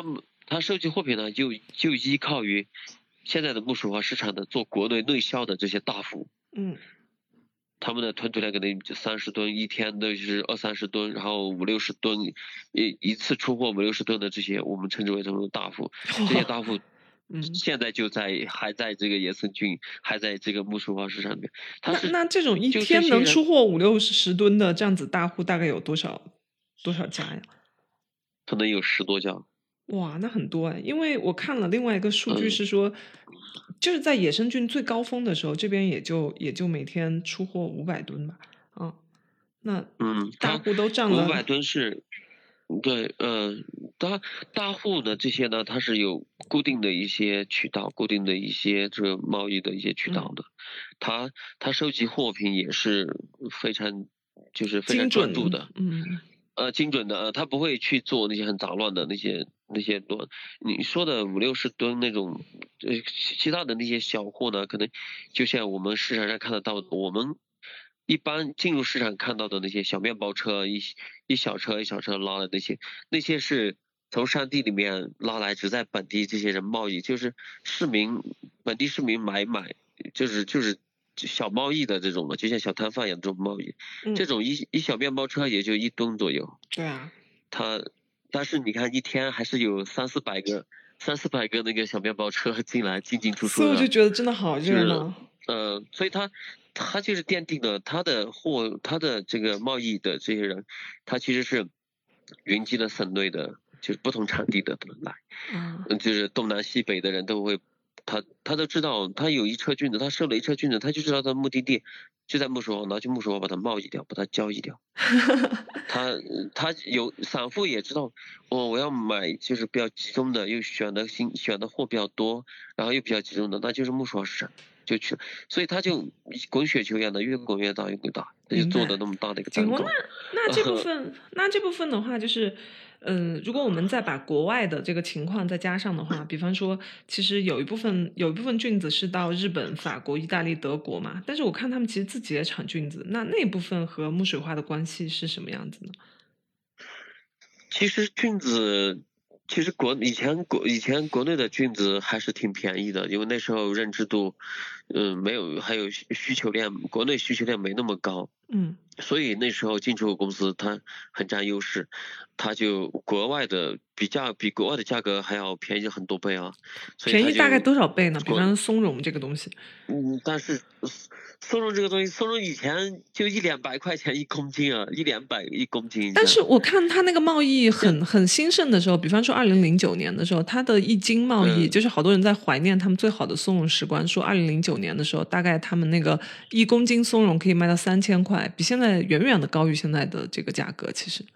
它收集货品呢，就就依靠于现在的木水花市场的做国内内销的这些大户， 嗯， 他们的吞吐量可能三十吨，一天都是二三十吨，然后五六十吨，一一次出货五六十吨的这些，我们称之为这种大户，这些大户。 嗯， 现在就在还在这个野生菌，还在这个木水花市场里面。它那是那这种一就这天能些人出货五六十吨的这样子大户，大概有多少多少家呀？ 可能有十多家。 哇，那很多哎，因为我看了另外一个数据嗯是说，就是在野生菌最高峰的时候，这边也就也就每天出货五百吨吧，啊，那嗯，它大户都占了， 五百吨是，对，呃，大大户呢这些呢，它是有固定的一些渠道，固定的一些这个贸易的一些渠道嗯， 的，它它收集货品也是非常就是非常精准专注的。 嗯呃，精准的，呃，他不会去做那些很杂乱的那些那些多。你说的五六十吨那种，呃，其其他的那些小货呢，可能就像我们市场上看得到的，我们一般进入市场看到的那些小面包车，一一小车一小车拉的那些，那些是从山地里面拉来，只在本地这些人贸易，就是市民本地市民买买，就是就是小贸易的这种的，就像小摊贩一样这种贸易。 嗯， 这种一一小面包车也就一吨左右， 对啊， 它，但是你看一天还是有三四百个，三四百个那个小面包车进来进进出出所以我就的， 觉得真的好就是， 热闹， 呃，所以它它就是奠定了它的货，它的这个贸易的这些人，他其实是云集了省内的，就是不同产地的人来， 啊， 嗯，就是东南西北的人都会。他他都知道，他有一车菌子，他收了一车菌子，他就知道他的目的地就在木水湾，拿去木水湾把它贸易掉，把它交易掉。他他有散户也知道，我我要买就是比较集中的，又选的新选的货比较多，然后又比较集中的，那就是木水湾市场就去了，所以他就滚雪球一样的越滚越大越滚大，他就明白。 做的那么大的一个景洪， 蛋糕。 那那这部分，那这部分的话，就是，嗯、如果我们再把国外的这个情况再加上的话，比方说，其实有一部分有一部分菌子是到日本、法国、意大利、德国嘛，但是我看他们其实自己也产菌子，那那部分和木水花的关系是什么样子呢？ 其实菌子，其实国以前国以前国内的菌子还是挺便宜的，因为那时候认知度，嗯，没有，还有需需求量，国内需求量没那么高， 嗯， 所以那时候进出口公司它很占优势，它就国外的比价比国外的价格还要便宜很多倍啊，所以它就便宜大概多少倍呢？比国方说松茸这个东西， 嗯，但是松茸这个东西，松茸以前就一两百块钱一公斤啊，一两百一公斤。 但是我看它那个贸易很很兴盛的时候，比方说二零零九年的时候，它的一斤贸易、 嗯就是好多人在怀念他们最好的松茸时光，说二零零九年的时候，大概他们那个一公斤松茸可以卖到三千块，比现在远远的高于现在的这个价格。其实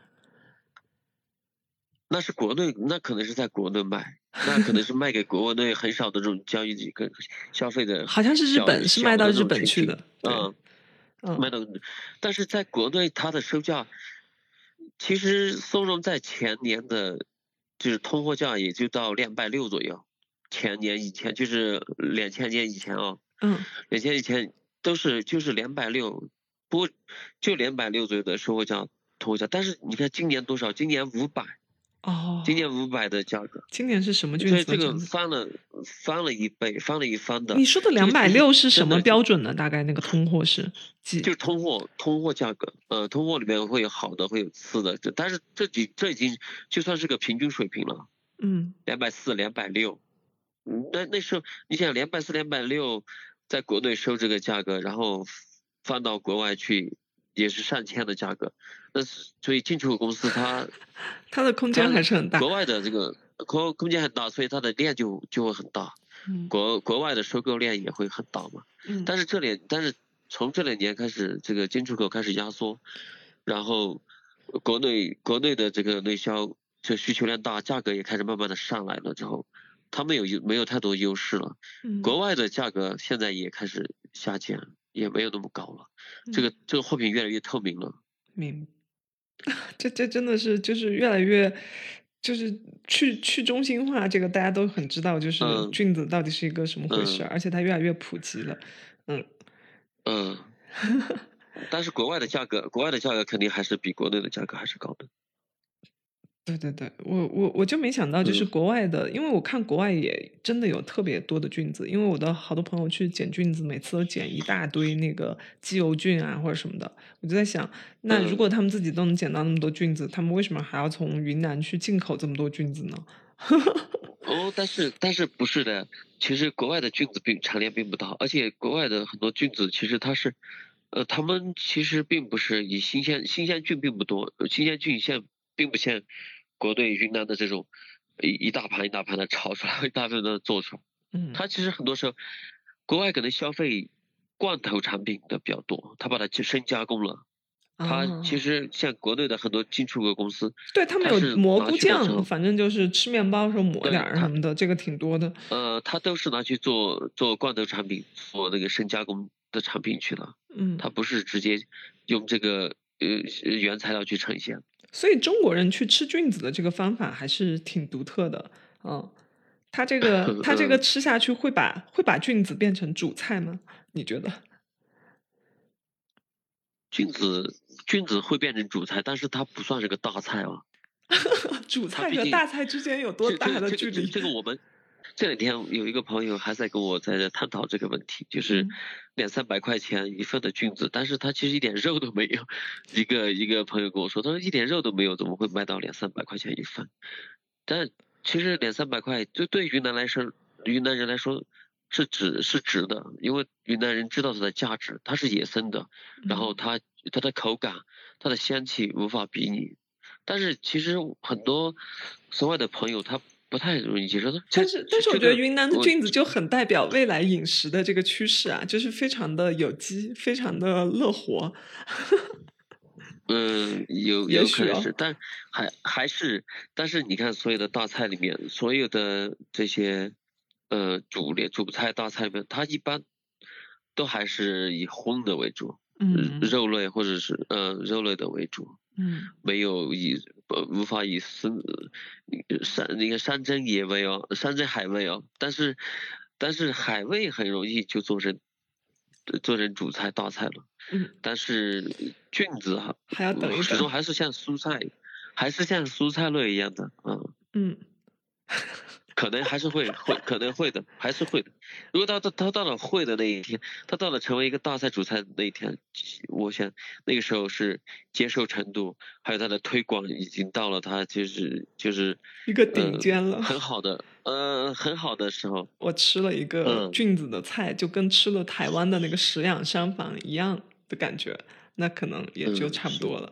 那是国内，那可能是在国内卖，那可能是卖给国内很少的这种交易跟消费的， 好像是日本是卖到日本去的， 嗯嗯， 卖到，但是在国内它的售价，其实松茸在前年的，就是通货价也就到两百六左右，前年以前就是两千年以前啊， 嗯， 两千以前都是就是两百六，不过就两百六左右的售货价通货价，但是你看今年多少？今年五百。 哦， 今年五百的价格， 今年是什么菌子？ 所以这个翻了翻了一倍，翻了一番的。 你说的两百六是什么标准呢？大概那个通货是几？ 就是通货通货价格，呃，通货里面会有好的，会有次的，这但是这几这已经就算是个平均水平了。 嗯， 两百四、两百六，那那时候你想两百四、两百六，在国内收这个价格，然后放到国外去。也是上千的价格，那所以进出口公司它它的空间还是很大。 国外的这个空空间很大，所以它的量就就会很大。 嗯， 国国外的收购量也会很大嘛。 嗯， 但是这里，但是从这两年开始，这个进出口开始压缩，然后国内国内的这个内销这需求量大，价格也开始慢慢的上来了之后，他们有没有太多优势了。 嗯， 国外的价格现在也开始下降。也没有那么高了，这个这个货品越来越透明了。 明，这这真的是就是越来越，就是去去中心化，这个大家都很知道，就是菌子到底是一个什么回事， 嗯、 而且它越来越普及了。嗯嗯，但是国外的价格，国外的价格肯定还是比国内的价格还是高的。 对对对，我我我就没想到，就是嗯国外的，因为我看国外也真的有特别多的菌子，因为我的好多朋友去捡菌子，每次都捡一大堆那个鸡油菌啊或者什么的，我就在想，那如嗯。 果他们自己都能捡到那么多菌子，他们为什么还要从云南去进口这么多菌子呢？ 哦，但是但是不是的，其实国外的菌子并产量并不大，而且国外的很多菌子其实它是，呃，他们其实并不是以新鲜新鲜菌并不多，呃新鲜菌现并不像国内云南的这种一一大盘一大盘的炒出来，一大盘的做出来。 嗯它其实很多时候，国外可能消费罐头产品的比较多，它把它就深加工了。它其啊， 实像国内的很多进出口公司， 对，他们它有蘑是拿菇酱， 去的时候， 反正就是吃面包的时候抹点对它儿什么的，这个挺多的。 呃，它都是拿去做做罐头产品，做那个深加工的产品去了， 嗯， 它不是直接用这个呃原材料去呈现。 所以中国人去吃菌子的这个方法还是挺独特的，嗯。它这个它这个嗯， 吃下去会把会把菌子变成主菜吗？你觉得？ 菌子菌子会变成主菜，但是它不算是个大菜哦。 主菜它毕竟和大菜之间有多这这大个这个这的距离？ 这个我们这两天有一个朋友还在跟我在这探讨这个问题，就是嗯， 两三百块钱一份的菌子，但是它其实一点肉都没有。一个一个朋友跟我说，他说一点肉都没有，怎么会卖到两三百块钱一份？但其实两三百块，对对云南来说，云南人来说是值是值的，因为云南人知道它的价值，它是野生的，然后嗯。 它它的口感、它的香气无法比拟。但是其实很多所谓的朋友他不太容易接受，这但是但是我觉得这这个云南的我菌子就很代表未来饮食的这个趋势啊，就是非常的有机，非常的乐活。 嗯，有也有可许哦， 能是，但还还是，但是你看所有的大菜里面，所有的这些呃主列主菜大菜里面，它一般都还是以荤的为主， 嗯肉类或者是呃肉类的为主， 嗯没有以呃无法以生山那个山珍野味哦，山珍海味哦，但是但是海味很容易就做成做成主菜大菜了。 嗯， 但是菌子哈， 还要等一始等。 终还是像蔬菜，还是像蔬菜类一样的，嗯， 嗯， 可能还是会会可能会的，还是会的。如果他他他到了会的那一天，他到了成为一个大菜主菜的那一天，我想那个时候是接受程度，还有他的推广已经到了他就是就是一个顶呃尖了。 很好的呃很好的时候， 我吃了一个嗯菌子的菜，就跟吃了台湾的那个食养商房一样的感觉，那可能也就嗯是。 差不多了。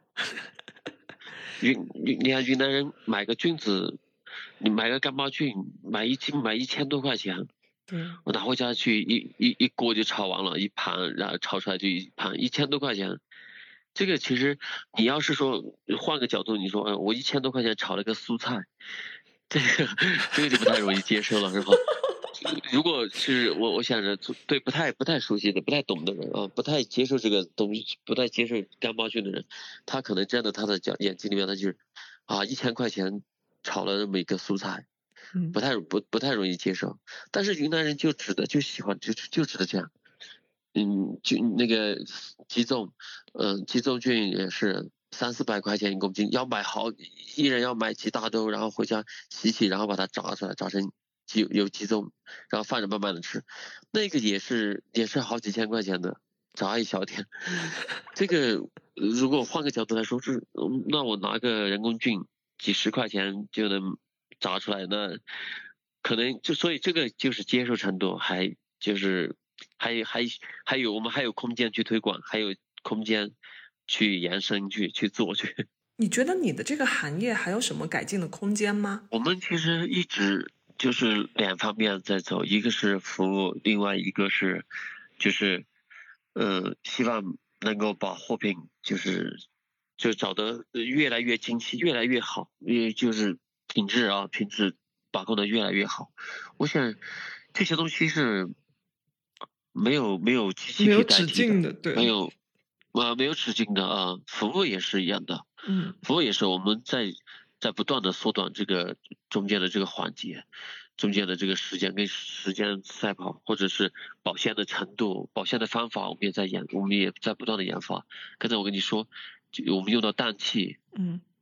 云云，你看云南人买个菌子，你买个干巴菌，买一斤买一千多块钱， 对， 我拿回家去一一一锅就炒完了，一盘，然后炒出来就一盘，一千多块钱。这个其实你要是说换个角度，你说，嗯，我一千多块钱炒了个蔬菜，这个这个就不太容易接受了，是吧？如果是我，我想着对不太不太熟悉的、不太懂的人啊，不太接受这个东西、不太接受干巴菌的人，他可能真的他的角眼睛里面，他就是啊，一千块钱炒了那么一个蔬菜， 嗯不太不不太容易接受。但是云南人就指的就喜欢就就指的这样，嗯，就那个鸡枞，嗯，鸡枞菌也是三四百块钱一公斤，要买好，一人要买几大兜，然后回家洗洗，然后把它炸出来，炸成鸡有鸡枞，然后放着慢慢的吃，那个也是也是好几千块钱的，炸一小点。这个呃如果换个角度来说，是嗯那我拿个人工菌几十块钱就能炸出来，那可能就所以这个就是接受程度还就是还有还还有我们还有空间去推广，还有空间去延伸去去做去。 你觉得你的这个行业还有什么改进的空间吗？ 我们其实一直就是两方面在走，一个是服务，另外一个是就是呃希望能够把货品就是就找得越来越精细，越来越好，也就是品质啊品质把控的越来越好。我想这些东西是没有没有机器可以代没有止替的， 境的，对， 没有呃没有止境的啊，服务也是一样的。 嗯服务也是我们在在不断的缩短这个中间的这个环节，中间的这个时间跟时间赛跑，或者是保鲜的程度、保鲜的方法，我们也在研，我们也在不断的研发。刚才我跟你说，就我们用到氮气， 嗯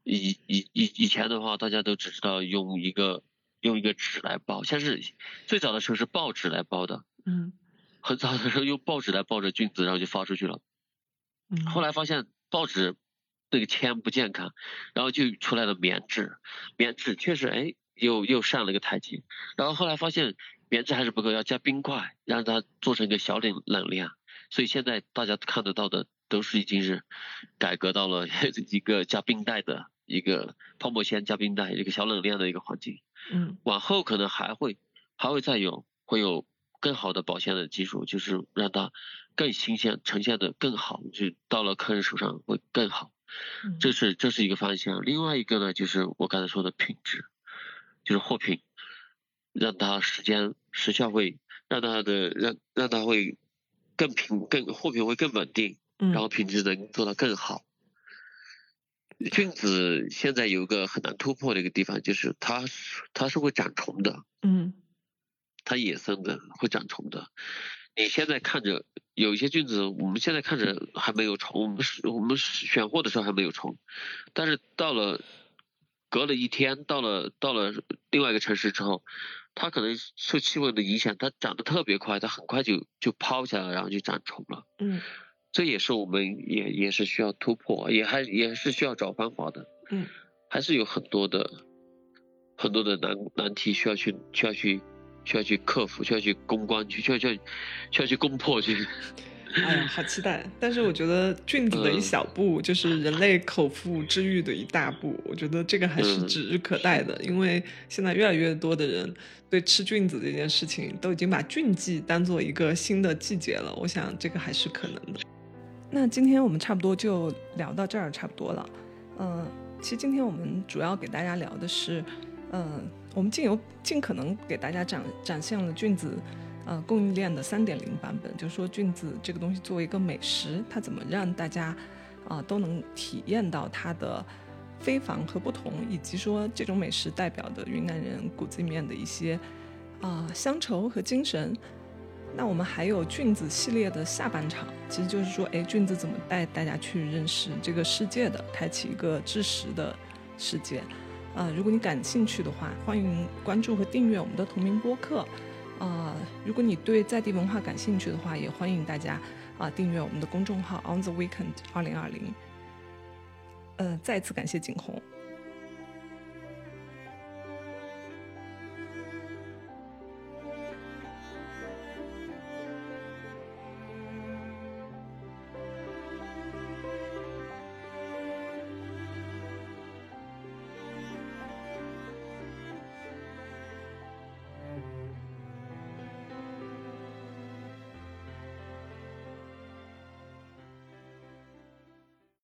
以以以以前的话，大家都只知道用一个用一个纸来包，像是最早的时候是报纸来包的， 嗯， 很早的时候用报纸来包着菌子，然后就发出去了。 嗯， 后来发现报纸那个铅不健康，然后就出来了棉质，棉质确实哎又又上了一个台阶，然后后来发现棉质还是不够，要加冰块，让它做成一个小冷冷链，所以现在大家看得到的都是已经是改革到了一个加冰袋的一个泡沫铅加冰袋一个小冷链的一个环境。 嗯， 往后可能还会还会再有会有更好的保鲜的技术，就是让它更新鲜，呈现的更好，就到了客人手上会更好。 嗯这是这是一个方向。另外一个呢，就是我刚才说的品质，就是货品，让它时间时效会让它的让让它会更平更货品会更稳定， 嗯， 然后品质能做得更好。菌子现在有个很难突破的一个地方，就是它是它是会长虫的， 嗯， 它野生的会长虫的。你现在看着有一些菌子，我们现在看着还没有虫，我们是我们选货的时候还没有虫，但是到了隔了一天，到了到了另外一个城市之后，它可能受气温的影响，它长得特别快，它很快就就抛下来，然后就长虫了。 嗯， 这也是我们也也是需要突破，也还也是需要找方法的。 嗯， 还是有很多的很多的难难题需要去需要去需要去克服，需要去攻关，去需要去需要去攻破去。 哎呀，好期待！但是我觉得菌子的一小步，就是人类口腹之欲的一大步。我觉得这个还是指日可待的，因为现在越来越多的人对吃菌子这件事情都已经把菌季当做一个新的季节了。我想这个还是可能的。那今天我们差不多就聊到这儿，差不多了。嗯，其实今天我们主要给大家聊的是，嗯，我们尽有尽可能给大家展展现了菌子。呃，供应链的 三点零 版本，就是说菌子这个东西作为一个美食，它怎么让大家啊、呃、都能体验到它的非凡和不同，以及说这种美食代表的云南人骨子里面的一些啊、呃、乡愁和精神。那我们还有菌子系列的下半场，其实就是说，哎，菌子怎么带大家去认识这个世界的，开启一个知识的世界。啊、呃，如果你感兴趣的话，欢迎关注和订阅我们的同名播客。呃，如果你对在地文化感兴趣的话，也欢迎大家啊、呃、订阅我们的公众号 On the Weekend 二零二零。呃，再次感谢景洪。